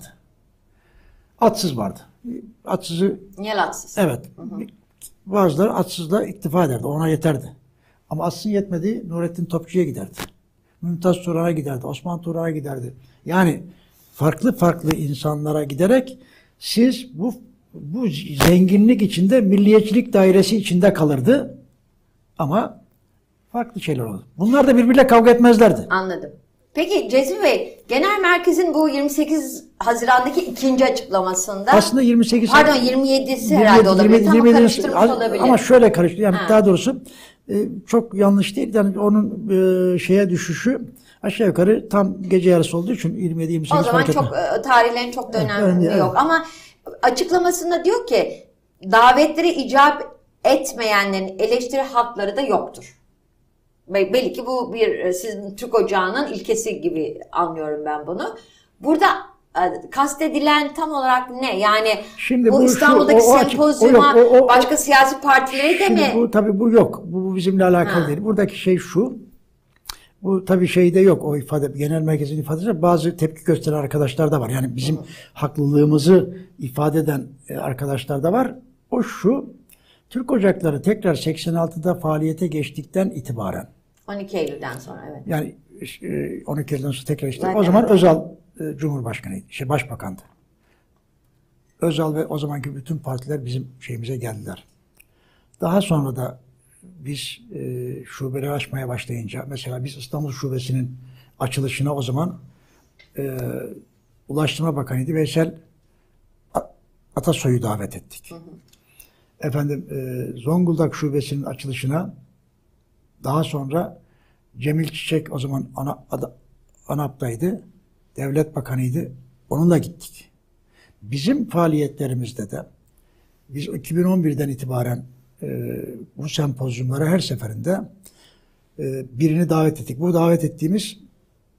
Atsız vardı. Atsızı... Niye atsız? Evet. Hı hı. Bazıları atsızla iktifa ederdi. Ona yeterdi. Ama atsızın yetmediği Nurettin Topçu'ya giderdi. Mümtaz Turan'a giderdi. Osman Turan'a giderdi. Yani farklı farklı insanlara giderek siz bu bu zenginlik içinde milliyetçilik dairesi içinde kalırdı. Ama farklı şeyler oldu. Bunlar da birbiriyle kavga etmezlerdi. Anladım. Peki Cezmi Bey, Genel Merkez'in bu yirmi sekiz Haziran'daki ikinci açıklamasında aslında yirmi sekiz pardon yirmi yedisi herhalde olabilir. Tam karıştırmış olabilir. Ama şöyle karıştı. Yani ha. Daha doğrusu e, çok yanlış değil. Yani onun e, şeye düşüşü aşağı yukarı tam gece yarısı olduğu için yirmi yedi yirmi sekiz o zaman fark çok e, tarihlerin çok da önemli evet, yok. Evet. Ama açıklamasında diyor ki davetleri icap etmeyenlerin eleştiri hakları da yoktur. Belli ki bu bir sizin Türk Ocağı'nın ilkesi gibi anlıyorum ben bunu. Burada e, kastedilen tam olarak ne? Yani şimdi bu, bu İstanbul'daki şu, o, sempozyuma o, o, o, başka siyasi partileri de mi? Bu tabii bu yok. Bu, bu bizimle alakalı ha. değil. Buradaki şey şu. Bu tabii şeyde yok. O ifade genel merkezin ifadesi bazı tepki gösteren arkadaşlar da var. Yani bizim Hı. haklılığımızı ifade eden arkadaşlar da var. O şu. Türk Ocakları tekrar seksen altıda faaliyete geçtikten itibaren on iki Eylül'den sonra evet. Yani on iki Eylül'den sonra tekrar işte Zaten o zaman Özal e, Cumhurbaşkanıydı. Şey Başbakandı. Özal ve o zamanki bütün partiler bizim şeyimize geldiler. Daha sonra da biz e, şubeleri açmaya başlayınca mesela biz İstanbul Şubesi'nin açılışına o zaman e, Ulaştırma Bakanıydı Veysel Atasoy'u davet ettik. Hı hı. Efendim e, Zonguldak Şubesi'nin açılışına daha sonra Cemil Çiçek o zaman ana, ada, ANAP'taydı. Devlet Bakanıydı. Onunla gittik. Bizim faaliyetlerimizde de biz iki bin on birden itibaren e, bu sempozyumlara her seferinde e, birini davet ettik. Bu davet ettiğimiz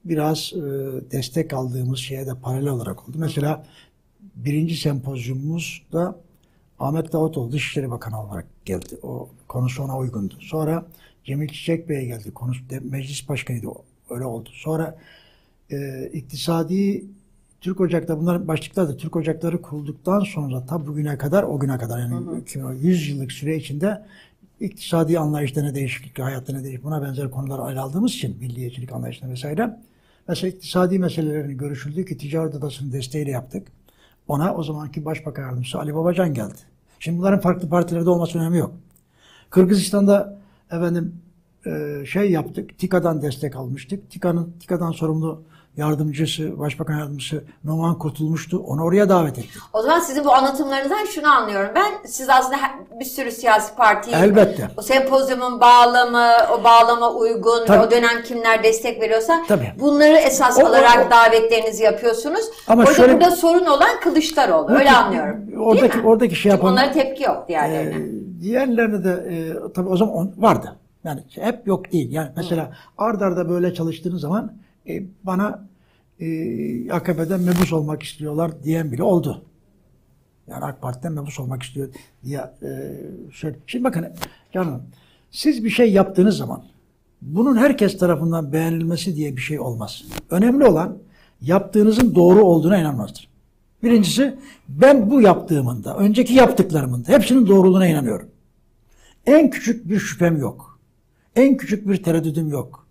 biraz e, destek aldığımız şeye de paralel olarak oldu. Mesela birinci sempozyumumuzda Ahmet Davutoğlu Dışişleri Bakanı olarak geldi. O konusu ona uygundu. Sonra Cemil Çiçek Bey geldi. Konusu de, meclis başkanıydı. Öyle oldu. Sonra e, iktisadi Türk Ocakları, bunların başlıkları da Türk Ocakları kurulduktan sonra ta bugüne kadar, o güne kadar yani hı hı. yüz yıllık süre içinde iktisadi anlayışta ne değişiklik, hayatta ne değişiklik, buna benzer konuları ele aldığımız için milliyetçilik anlayışına vesaire. Mesela iktisadi meselelerini görüşüldü ki Ticaret Odası'nın desteğiyle yaptık. Ona o zamanki Başbakan Yardımcısı Ali Babacan geldi. Şimdi bunların farklı partilerde olması önemi yok. Kırgızistan'da efendim e, şey yaptık, TİKA'dan destek almıştık. TİKA'nın TİKA'dan sorumlu yardımcısı, Başbakan Yardımcısı Numan Kurtulmuş'tu. Onu oraya davet ettik. O zaman sizin bu anlatımlarınızdan şunu anlıyorum. Ben siz aslında bir sürü siyasi partiyi elbette o sempozyumun bağlamı, o bağlama uygun, tabii. o dönem kimler destek veriyorsa tabii. bunları esas o, alarak o, o. davetlerinizi yapıyorsunuz. Ama Orada şöyle, burada sorun olan Kılıçdaroğlu. Öyle anlıyorum. Oradaki oradaki şey yapan onlara tepki yok diğerlerine. E, diğerlerine de e, tabii o zaman on, vardı. Yani hep yok değil. Yani mesela ard arda böyle çalıştığınız zaman e, bana e, A K P'den mebus olmak istiyorlar diyen bile oldu. Yani AK Parti'den mebus olmak istiyor diye e, şöyle. Şimdi bakın canım, siz bir şey yaptığınız zaman bunun herkes tarafından beğenilmesi diye bir şey olmaz. Önemli olan yaptığınızın doğru olduğuna inanmaktır. Birincisi, ben bu yaptığımın da, önceki yaptıklarımın da hepsinin doğruluğuna inanıyorum. En küçük bir şüphem yok. En küçük bir tereddüdüm yok.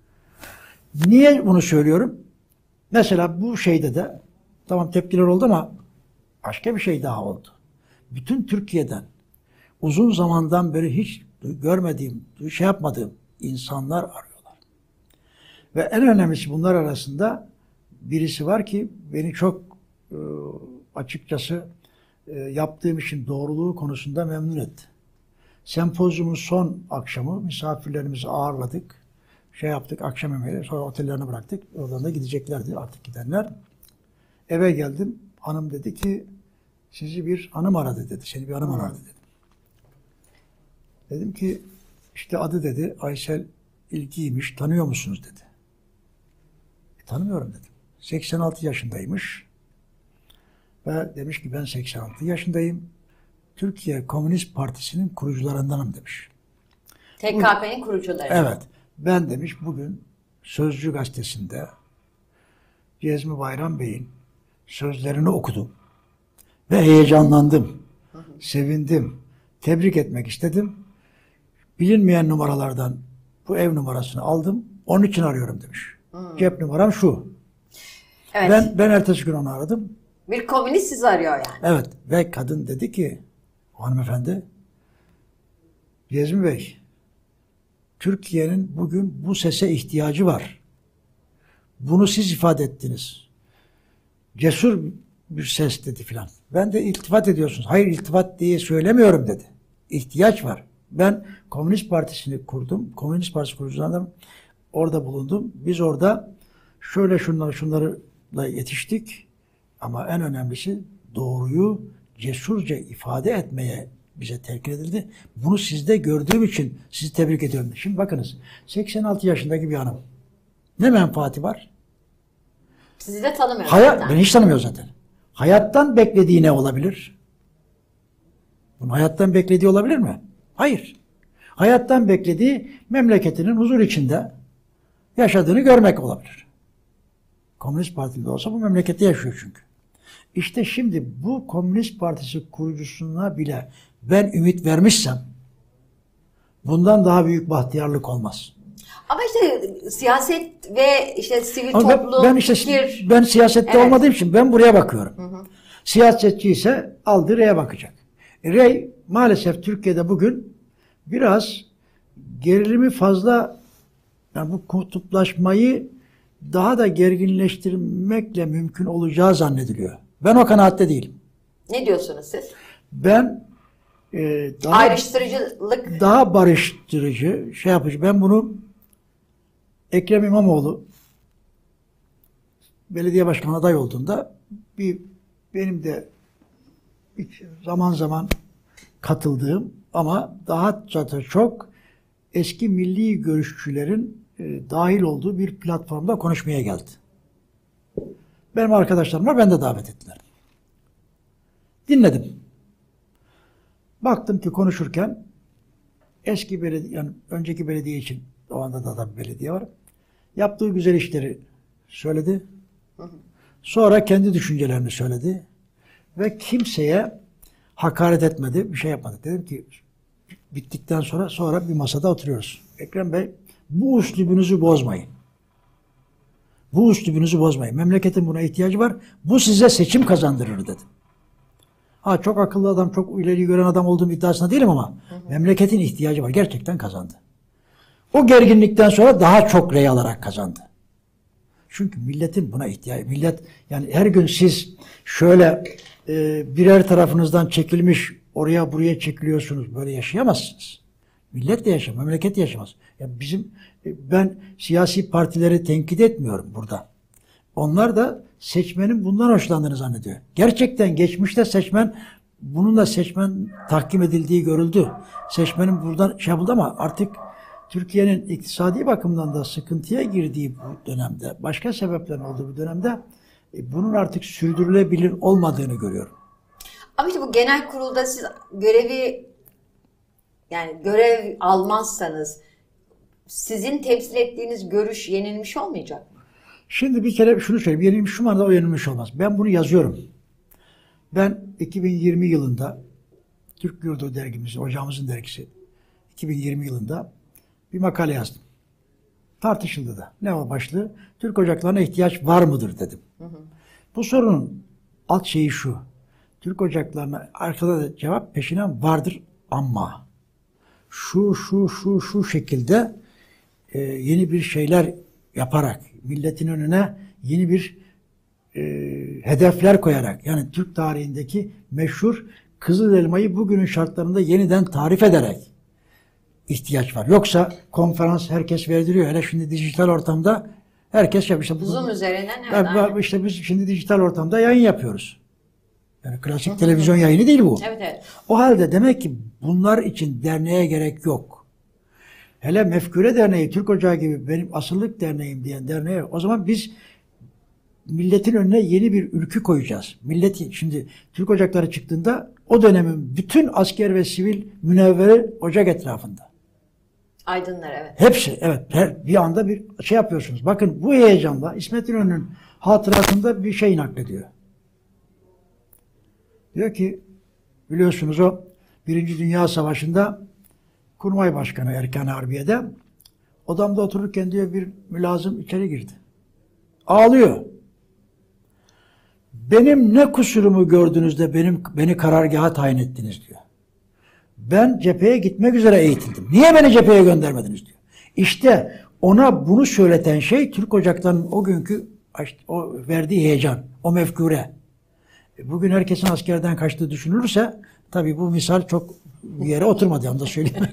Niye bunu söylüyorum? Mesela bu şeyde de tamam tepkiler oldu ama başka bir şey daha oldu. Bütün Türkiye'den uzun zamandan beri hiç görmediğim, şey yapmadığım insanlar arıyorlar. Ve en önemlisi bunlar arasında birisi var ki beni çok e, açıkçası e, yaptığım işin doğruluğu konusunda memnun etti. Sempozyumun son akşamı misafirlerimizi ağırladık. Şey yaptık, akşam yemeği, sonra otellerine bıraktık. Oradan da gideceklerdi artık gidenler. Eve geldim. Hanım dedi ki sizi bir hanım aradı dedi. Seni bir hanım aradı dedi. Dedim ki işte adı dedi Aysel İlgi'ymiş. Tanıyor musunuz dedi. E, tanımıyorum dedim. seksen altı yaşındaymış. Ve demiş ki ben seksen altı yaşındayım. Türkiye Komünist Partisi'nin kurucularındanım demiş. T K P'nin kurucuları. Evet. Ben demiş bugün Sözcü gazetesinde Cezmi Bayram Bey'in sözlerini okudum. Ve heyecanlandım. Hı hı. Sevindim. Tebrik etmek istedim. Bilinmeyen numaralardan bu ev numarasını aldım. Onun için arıyorum demiş. Hı. Cep numaram şu. Evet. Ben, ben ertesi gün onu aradım. Bir komünist sizi arıyor yani. Evet. Ve kadın dedi ki hanımefendi Cezmi Bey, Türkiye'nin bugün bu sese ihtiyacı var. Bunu siz ifade ettiniz. Cesur bir ses dedi filan. Ben de iltifat ediyorsunuz. Hayır iltifat diye söylemiyorum dedi. İhtiyaç var. Ben Komünist Partisi'ni kurdum. Komünist Partisi kurucularından orada bulundum. Biz orada şöyle şunları şunlarla yetiştik. Ama en önemlisi doğruyu cesurca ifade etmeye bize telkin edildi. Bunu sizde gördüğüm için sizi tebrik ediyorum. Şimdi bakınız seksen altı yaşındaki bir hanım. Ne menfaati var? Sizi de tanımıyor. Hayat, beni hiç tanımıyor zaten. Hayattan beklediği ne olabilir? Bunu hayattan beklediği olabilir mi? Hayır. Hayattan beklediği memleketinin huzur içinde yaşadığını görmek olabilir. Komünist Partili de olsa bu memlekette yaşıyor çünkü. İşte şimdi bu Komünist Partisi kurucusuna bile ben ümit vermişsem bundan daha büyük bahtiyarlık olmaz. Ama işte siyaset ve işte sivil Ama toplum, ben, ben işte fikir... ben siyasette evet. olmadığım için ben buraya bakıyorum. Hı hı. Siyasetçi ise aldığı R'ye bakacak. E, R maalesef Türkiye'de bugün biraz gerilimi fazla, yani bu kutuplaşmayı daha da gerginleştirmekle mümkün olacağı zannediliyor. Ben o kanaatte değilim. Ne diyorsunuz siz? Ben e, daha, ayrıştırıcılık, daha barıştırıcı, şey yapıcı. Ben bunu Ekrem İmamoğlu belediye başkanı aday olduğunda bir benim de zaman zaman katıldığım ama daha çok eski milli görüşçülerin e, dahil olduğu bir platformda konuşmaya geldi. Benim arkadaşlarım var, beni de davet ettiler. Dinledim. Baktım ki konuşurken eski belediye, yani önceki belediye için, o anda da, da bir belediye var, yaptığı güzel işleri söyledi. Sonra kendi düşüncelerini söyledi. Ve kimseye hakaret etmedi, bir şey yapmadı. Dedim ki bittikten sonra sonra bir masada oturuyoruz. Ekrem Bey, bu üslubunuzu bozmayın. Bu üslubunuzu bozmayın. Memleketin buna ihtiyacı var. Bu size seçim kazandırır dedim. Ha, çok akıllı adam, çok ileri gören adam olduğum iddiasında değilim ama hı hı. memleketin ihtiyacı var. Gerçekten kazandı. O gerginlikten sonra daha çok rey alarak kazandı. Çünkü milletin buna ihtiyacı. Millet, yani her gün siz şöyle e, birer tarafınızdan çekilmiş oraya buraya çekiliyorsunuz. Böyle yaşayamazsınız. Millet de yaşamaz, memleket de yaşamaz. Ya bizim e, ben siyasi partileri tenkit etmiyorum burada. Onlar da seçmenin bundan hoşlandığını zannediyor. Gerçekten geçmişte seçmen, bununla seçmen tahkim edildiği görüldü. Seçmenin buradan şey yapıldı ama artık Türkiye'nin iktisadi bakımdan da sıkıntıya girdiği bu dönemde, başka sebeplerin olduğu bu dönemde e, bunun artık sürdürülebilir olmadığını görüyorum. Ama işte bu genel kurulda siz görevi, yani görev almazsanız sizin temsil ettiğiniz görüş yenilmiş olmayacak mı? Şimdi bir kere şunu söyleyeyim. Yenilmiş şu anda o yenilmiş olmaz. Ben bunu yazıyorum. Ben iki bin yirmi yılında Türk Yurdu dergimizin, ocağımızın dergisi iki bin yirmi yılında bir makale yazdım. Tartışıldı da. Ne o başlığı? Türk ocaklarına ihtiyaç var mıdır dedim. Hı hı. Bu sorunun alt şeyi şu. Türk ocaklarına arkada da cevap peşinen vardır ama şu şu şu şu şekilde e, yeni bir şeyler yaparak milletin önüne yeni bir e, hedefler koyarak, yani Türk tarihindeki meşhur Kızıl Elmayı bugünün şartlarında yeniden tarif ederek ihtiyaç var. Yoksa konferans herkes verdiriyor. Hele şimdi dijital ortamda herkes yapıyor. İşte Zoom üzerinden evet. Yani işte biz şimdi dijital ortamda yayın yapıyoruz. Yani klasik televizyon yayını değil bu. Evet, evet. O halde demek ki bunlar için derneğe gerek yok. Hele Mefkure Derneği, Türk Ocağı gibi benim asıllık derneğim diyen derneğe, o zaman biz milletin önüne yeni bir ülkü koyacağız. Millet, şimdi Türk Ocakları çıktığında o dönemin bütün asker ve sivil münevveri ocak etrafında. Aydınlar evet. Hepsi evet. Her, bir anda bir şey yapıyorsunuz. Bakın bu heyecanla İsmet İnönü'nün hatırasında bir şey naklediyor. Diyor ki, biliyorsunuz o Birinci Dünya Savaşı'nda Kurmay Başkanı Erkan Harbiye'de odamda otururken diyor bir mülazım içeri girdi. Ağlıyor. Benim ne kusurumu gördünüz de benim beni karargaha tayin ettiniz diyor. Ben cepheye gitmek üzere eğitildim. Niye beni cepheye göndermediniz diyor. İşte ona bunu söyleten şey Türk Ocakları'nın o günkü o verdiği heyecan, o mefkure. Bugün herkesin askerden kaçtığı düşünülürse tabii bu misal çok bir yere oturmadı, onu da söyleyeyim.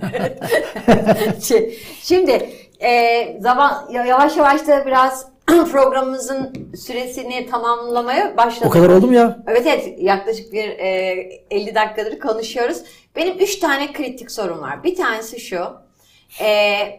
Şimdi e, zaman yavaş yavaş da biraz programımızın süresini tamamlamaya başladık. O kadar oldu mu ya? Evet evet, yaklaşık bir e, elli dakikadır konuşuyoruz. Benim üç tane kritik sorum var. Bir tanesi şu. E,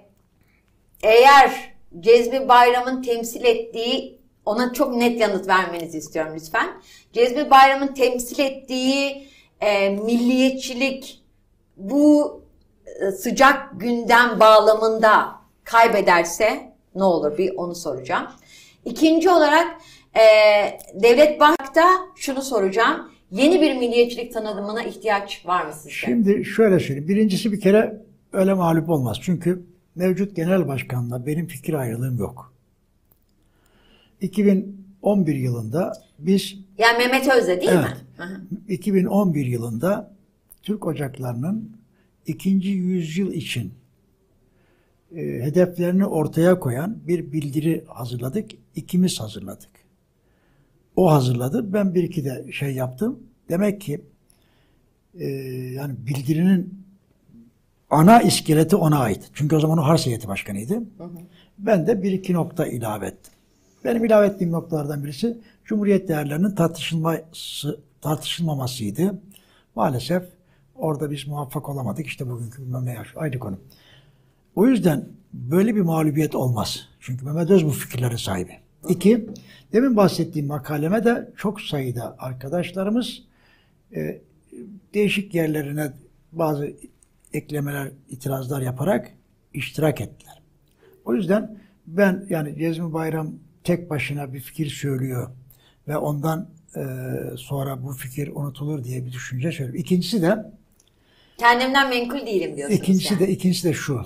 eğer Cezmi Bayram'ın temsil ettiği, ona çok net yanıt vermenizi istiyorum lütfen. Cezmi Bayram'ın temsil ettiği e, milliyetçilik bu e, sıcak gündem bağlamında kaybederse ne olur, bir onu soracağım. İkinci olarak e, Devlet Bahçeli'de şunu soracağım. Yeni bir milliyetçilik tanımına ihtiyaç var mı sizce? Şimdi şöyle söyleyeyim. Birincisi bir kere öyle mağlup olmaz. Çünkü mevcut genel başkanla benim fikir ayrılığım yok. iki bin on bir yılında biz... Yani Mehmet Özde değil evet, mi? Hı-hı. iki bin on bir yılında Türk Ocakları'nın ikinci yüzyıl için e, hedeflerini ortaya koyan bir bildiri hazırladık. İkimiz hazırladık. O hazırladı. Ben bir iki de şey yaptım. Demek ki e, yani bildirinin ana iskeleti ona ait. Çünkü o zaman o Hars Heyeti Başkanı'ydı. Hı hı. Ben de bir iki nokta ilave ettim. Benim ilave ettiğim noktalardan birisi Cumhuriyet değerlerinin tartışılması, tartışılmamasıydı. Maalesef orada biz muvaffak olamadık. İşte bugünkü bilmem ne yaş, ayrı konu. O yüzden böyle bir mağlubiyet olmaz. Çünkü Mehmet Öz bu fikirlere sahibi. İki, demin bahsettiğim makaleme de çok sayıda arkadaşlarımız e, değişik yerlerine bazı eklemeler, itirazlar yaparak iştirak ettiler. O yüzden ben yani Cezmi Bayram tek başına bir fikir söylüyor ve ondan e, sonra bu fikir unutulur diye bir düşünce söylüyorum. İkincisi de kendimden menkul değilim diyorsunuz. İkincisi yani. de ikincisi de şu.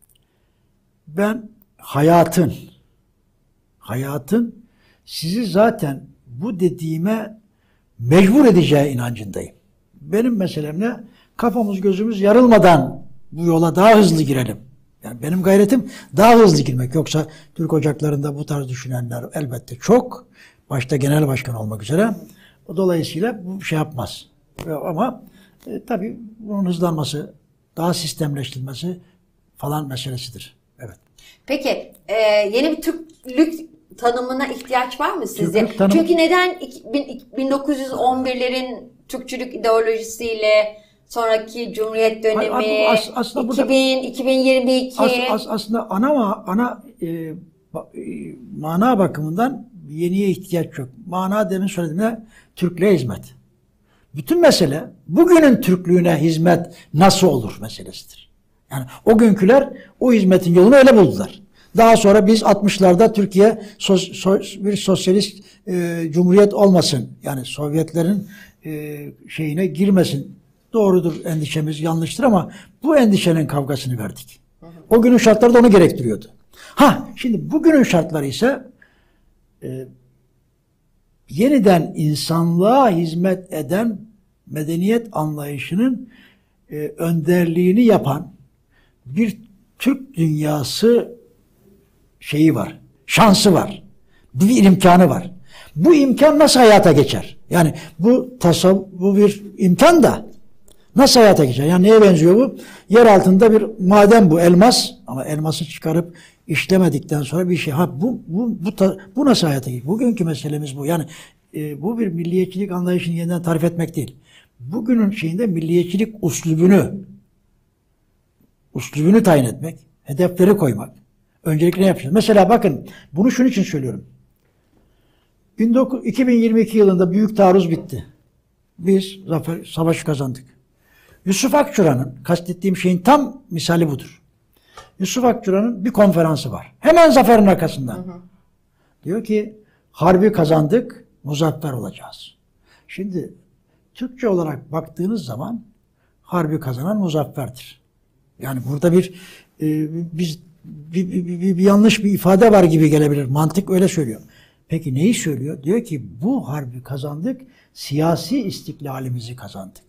Ben hayatın hayatın sizi zaten bu dediğime mecbur edeceği inancındayım. Benim meselem ne? Kafamız gözümüz yarılmadan bu yola daha hızlı girelim. Yani benim gayretim daha hızlı girmek. Yoksa Türk ocaklarında bu tarz düşünenler elbette çok. Başta genel başkan olmak üzere. Dolayısıyla bu şey yapmaz. Ama e, tabii bunun hızlanması, daha sistemleştirilmesi falan meselesidir. Evet. Peki e, yeni bir Türklük tanımına ihtiyaç var mı sizce? Tanım... Çünkü neden bin dokuz yüz on birlerin Türkçülük ideolojisiyle sonraki Cumhuriyet dönemi, as, aslında iki bin, iki bin yirmi iki... As, as, aslında ana, ana e, e, mana bakımından yeniye ihtiyaç yok. Mana demin söylediğimde Türklüğe hizmet. Bütün mesele bugünün Türklüğüne hizmet nasıl olur meselesidir. Yani o günküler o hizmetin yolunu öyle buldular. Daha sonra biz altmışlarda Türkiye sos, sos, bir sosyalist e, cumhuriyet olmasın. Yani Sovyetlerin e, şeyine girmesin. Doğrudur endişemiz, yanlıştır ama bu endişenin kavgasını verdik. O günün şartları da onu gerektiriyordu. Ha, şimdi bugünün şartları ise e, yeniden insanlığa hizmet eden medeniyet anlayışının e, önderliğini yapan bir Türk dünyası şeyi var, şansı var, bir imkanı var. Bu imkan nasıl hayata geçer? Yani bu tasav, bu bir imkan da nasıl hayata geçer? Yani neye benziyor bu? Yer altında bir maden bu, elmas. Ama elması çıkarıp işlemedikten sonra bir şey. Ha bu bu bu, ta, bu nasıl hayata geçer? Bugünkü meselemiz bu. Yani e, bu bir milliyetçilik anlayışını yeniden tarif etmek değil. Bugünün şeyinde milliyetçilik uslubunu uslubunu tayin etmek, hedefleri koymak. Öncelikle ne yapacağız? Mesela bakın, bunu şunun için söylüyorum. iki bin yirmi iki yılında büyük taarruz bitti. Biz zafer, savaşı kazandık. Yusuf Akçura'nın, kastettiğim şeyin tam misali budur. Yusuf Akçura'nın bir konferansı var. Hemen zaferin arkasından. Hı hı. Diyor ki, harbi kazandık, muzaffer olacağız. Şimdi, Türkçe olarak baktığınız zaman, harbi kazanan muzafferdir. Yani burada bir, e, biz, bir, bir, bir, bir yanlış bir ifade var gibi gelebilir. Mantık öyle söylüyor. Peki neyi söylüyor? Diyor ki, bu harbi kazandık, siyasi istiklalimizi kazandık.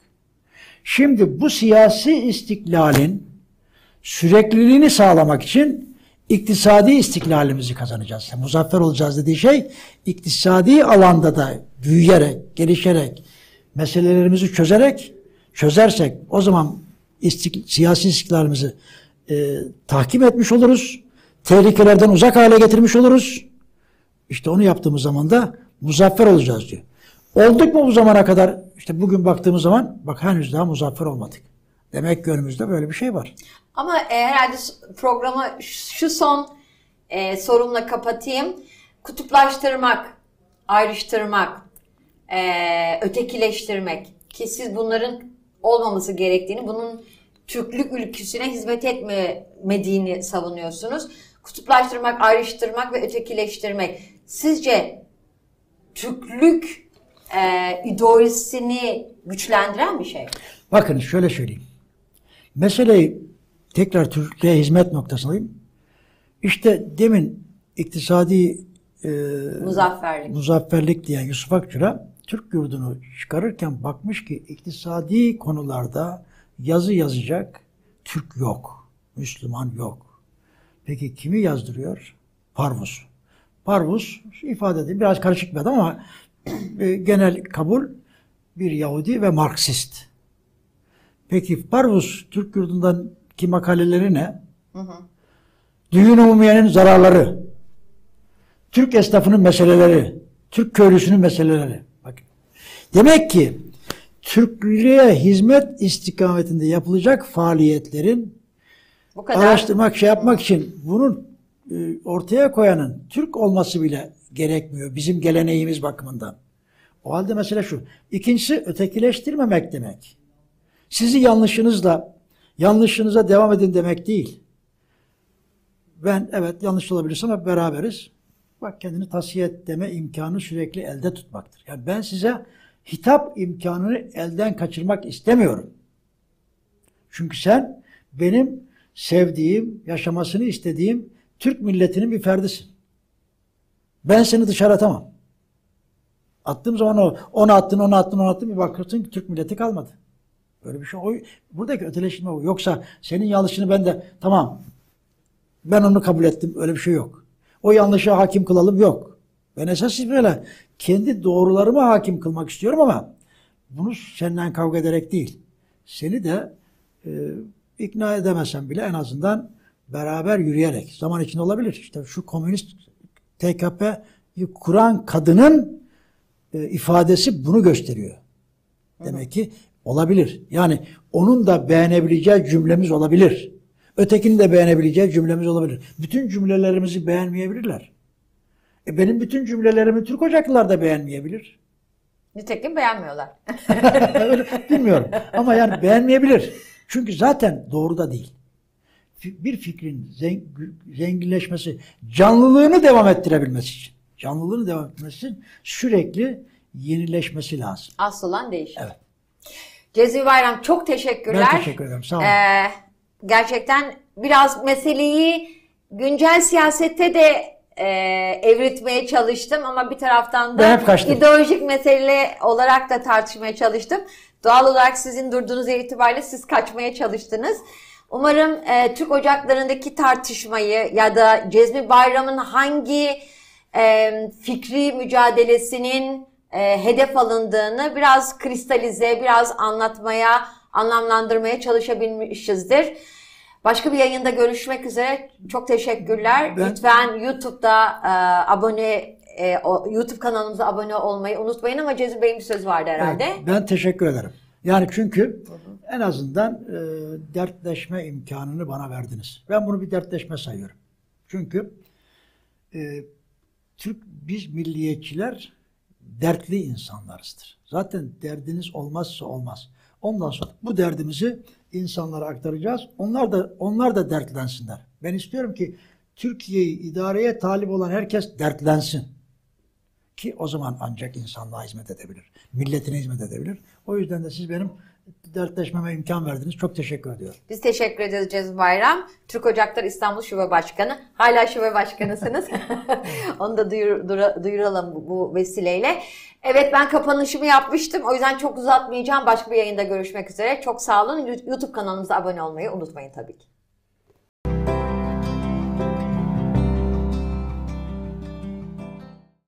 Şimdi bu siyasi istiklalin sürekliliğini sağlamak için iktisadi istiklalimizi kazanacağız. Yani muzaffer olacağız dediği şey, iktisadi alanda da büyüyerek, gelişerek, meselelerimizi çözerek, çözersek o zaman istik, siyasi istiklalimizi e, tahkim etmiş oluruz. Tehlikelerden uzak hale getirmiş oluruz. İşte onu yaptığımız zaman da muzaffer olacağız diyor. Olduk mu bu zamana kadar? İşte bugün baktığımız zaman bak henüz daha muzaffer olmadık. Demek ki önümüzde böyle bir şey var. Ama e, herhalde programı şu son e, sorumla kapatayım. Kutuplaştırmak, ayrıştırmak, e, ötekileştirmek ki siz bunların olmaması gerektiğini, bunun Türklük ülküsüne hizmet etmediğini savunuyorsunuz. Kutuplaştırmak, ayrıştırmak ve ötekileştirmek. Sizce Türklük e, ideolojisini güçlendiren bir şey? Bakın şöyle söyleyeyim. Meseleyi tekrar Türklüğe hizmet noktasındayım. İşte demin iktisadi e, muzafferlik. muzafferlik diyen Yusuf Akçura Türk yurdunu çıkarırken bakmış ki iktisadi konularda yazı yazacak Türk yok. Müslüman yok. Peki kimi yazdırıyor? Parvus. Parvus ifade edeyim biraz karışık bir adam ama e, genel kabul bir Yahudi ve Marksist. Peki Parvus Türk yurdundan ki makaleleri ne? Hı hı. Düğün umumiyenin zararları, Türk esnafının meseleleri, Türk köylüsünün meseleleri. Bakın. Demek ki Türklüğe hizmet istikametinde yapılacak faaliyetlerin Bu kadar. Araştırmak, şey yapmak için bunun e, ortaya koyanın Türk olması bile gerekmiyor bizim geleneğimiz bakımından. O halde mesele şu. İkincisi ötekileştirmemek demek. Sizi yanlışınızla, yanlışınıza devam edin demek değil. Ben evet yanlış olabilirsem ama beraberiz. Bak kendini tasfiye et deme imkanı sürekli elde tutmaktır. Yani ben size hitap imkanını elden kaçırmak istemiyorum. Çünkü sen benim sevdiğim, yaşamasını istediğim Türk milletinin bir ferdisin. Ben seni dışarı atamam. Attığım zaman o, onu attın, onu attın, onu attın bir bakırsın ki Türk milleti kalmadı. Böyle bir şey. O, buradaki öteleştirme o. Yoksa senin yanlışını ben de tamam ben onu kabul ettim. Öyle bir şey yok. O yanlışa hakim kılalım yok. Ben esas böyle kendi doğrularıma hakim kılmak istiyorum ama bunu senden kavga ederek değil. Seni de e, ikna edemesem bile en azından beraber yürüyerek zaman içinde olabilir. İşte şu komünist T K P'yi kuran kadının e, ifadesi bunu gösteriyor. Demek ki olabilir. Yani onun da beğenebileceği cümlemiz olabilir. Ötekinin de beğenebileceği cümlemiz olabilir. Bütün cümlelerimizi beğenmeyebilirler. E benim bütün cümlelerimi Türk Ocaklılar da beğenmeyebilir. Nitekim beğenmiyorlar. Bilmiyorum. Ama yani beğenmeyebilir. Çünkü zaten doğru da değil. Bir fikrin zenginleşmesi, canlılığını devam ettirebilmesi için, canlılığını devam ettirmesi için sürekli yenileşmesi lazım. Asıl olan değişir. Evet. Cezmi Bayram çok teşekkürler. Ben teşekkür ederim. Sağ olun. Ee, gerçekten biraz meseleyi güncel siyasette de e, evritmeye çalıştım ama bir taraftan da ideolojik mesele olarak da tartışmaya çalıştım. Doğal olarak sizin durduğunuz yer itibariyle siz kaçmaya çalıştınız. Umarım e, Türk Ocakları'ndaki tartışmayı ya da Cezmi Bayram'ın hangi e, fikri mücadelesinin e, hedef alındığını biraz kristalize, biraz anlatmaya, anlamlandırmaya çalışabilmişizdir. Başka bir yayında görüşmek üzere. Çok teşekkürler. Ben, Lütfen YouTube'da e, abone, e, o, YouTube kanalımıza abone olmayı unutmayın ama Cezmi Bey'in bir sözü vardı herhalde. Evet, ben teşekkür ederim. Yani çünkü hı hı. en azından e, dertleşme imkanını bana verdiniz. Ben bunu bir dertleşme sayıyorum. Çünkü e, Türk biz milliyetçiler dertli insanlarızdır. Zaten derdiniz olmazsa olmaz. Ondan sonra bu derdimizi insanlara aktaracağız. Onlar da onlar da dertlensinler. Ben istiyorum ki Türkiye'yi idareye talip olan herkes dertlensin. Ki o zaman ancak insanlığa hizmet edebilir. Milletine hizmet edebilir. O yüzden de siz benim dertleşmeme imkan verdiniz. Çok teşekkür ediyorum. Biz teşekkür ederiz Cezmi Bayram. Türk Ocakları İstanbul Şube Başkanı. Hala şube başkanısınız. Onu da duyur, duyur, duyuralım bu, bu vesileyle. Evet ben kapanışımı yapmıştım. O yüzden çok uzatmayacağım. Başka bir yayında görüşmek üzere. Çok sağ olun. YouTube kanalımıza abone olmayı unutmayın tabii ki.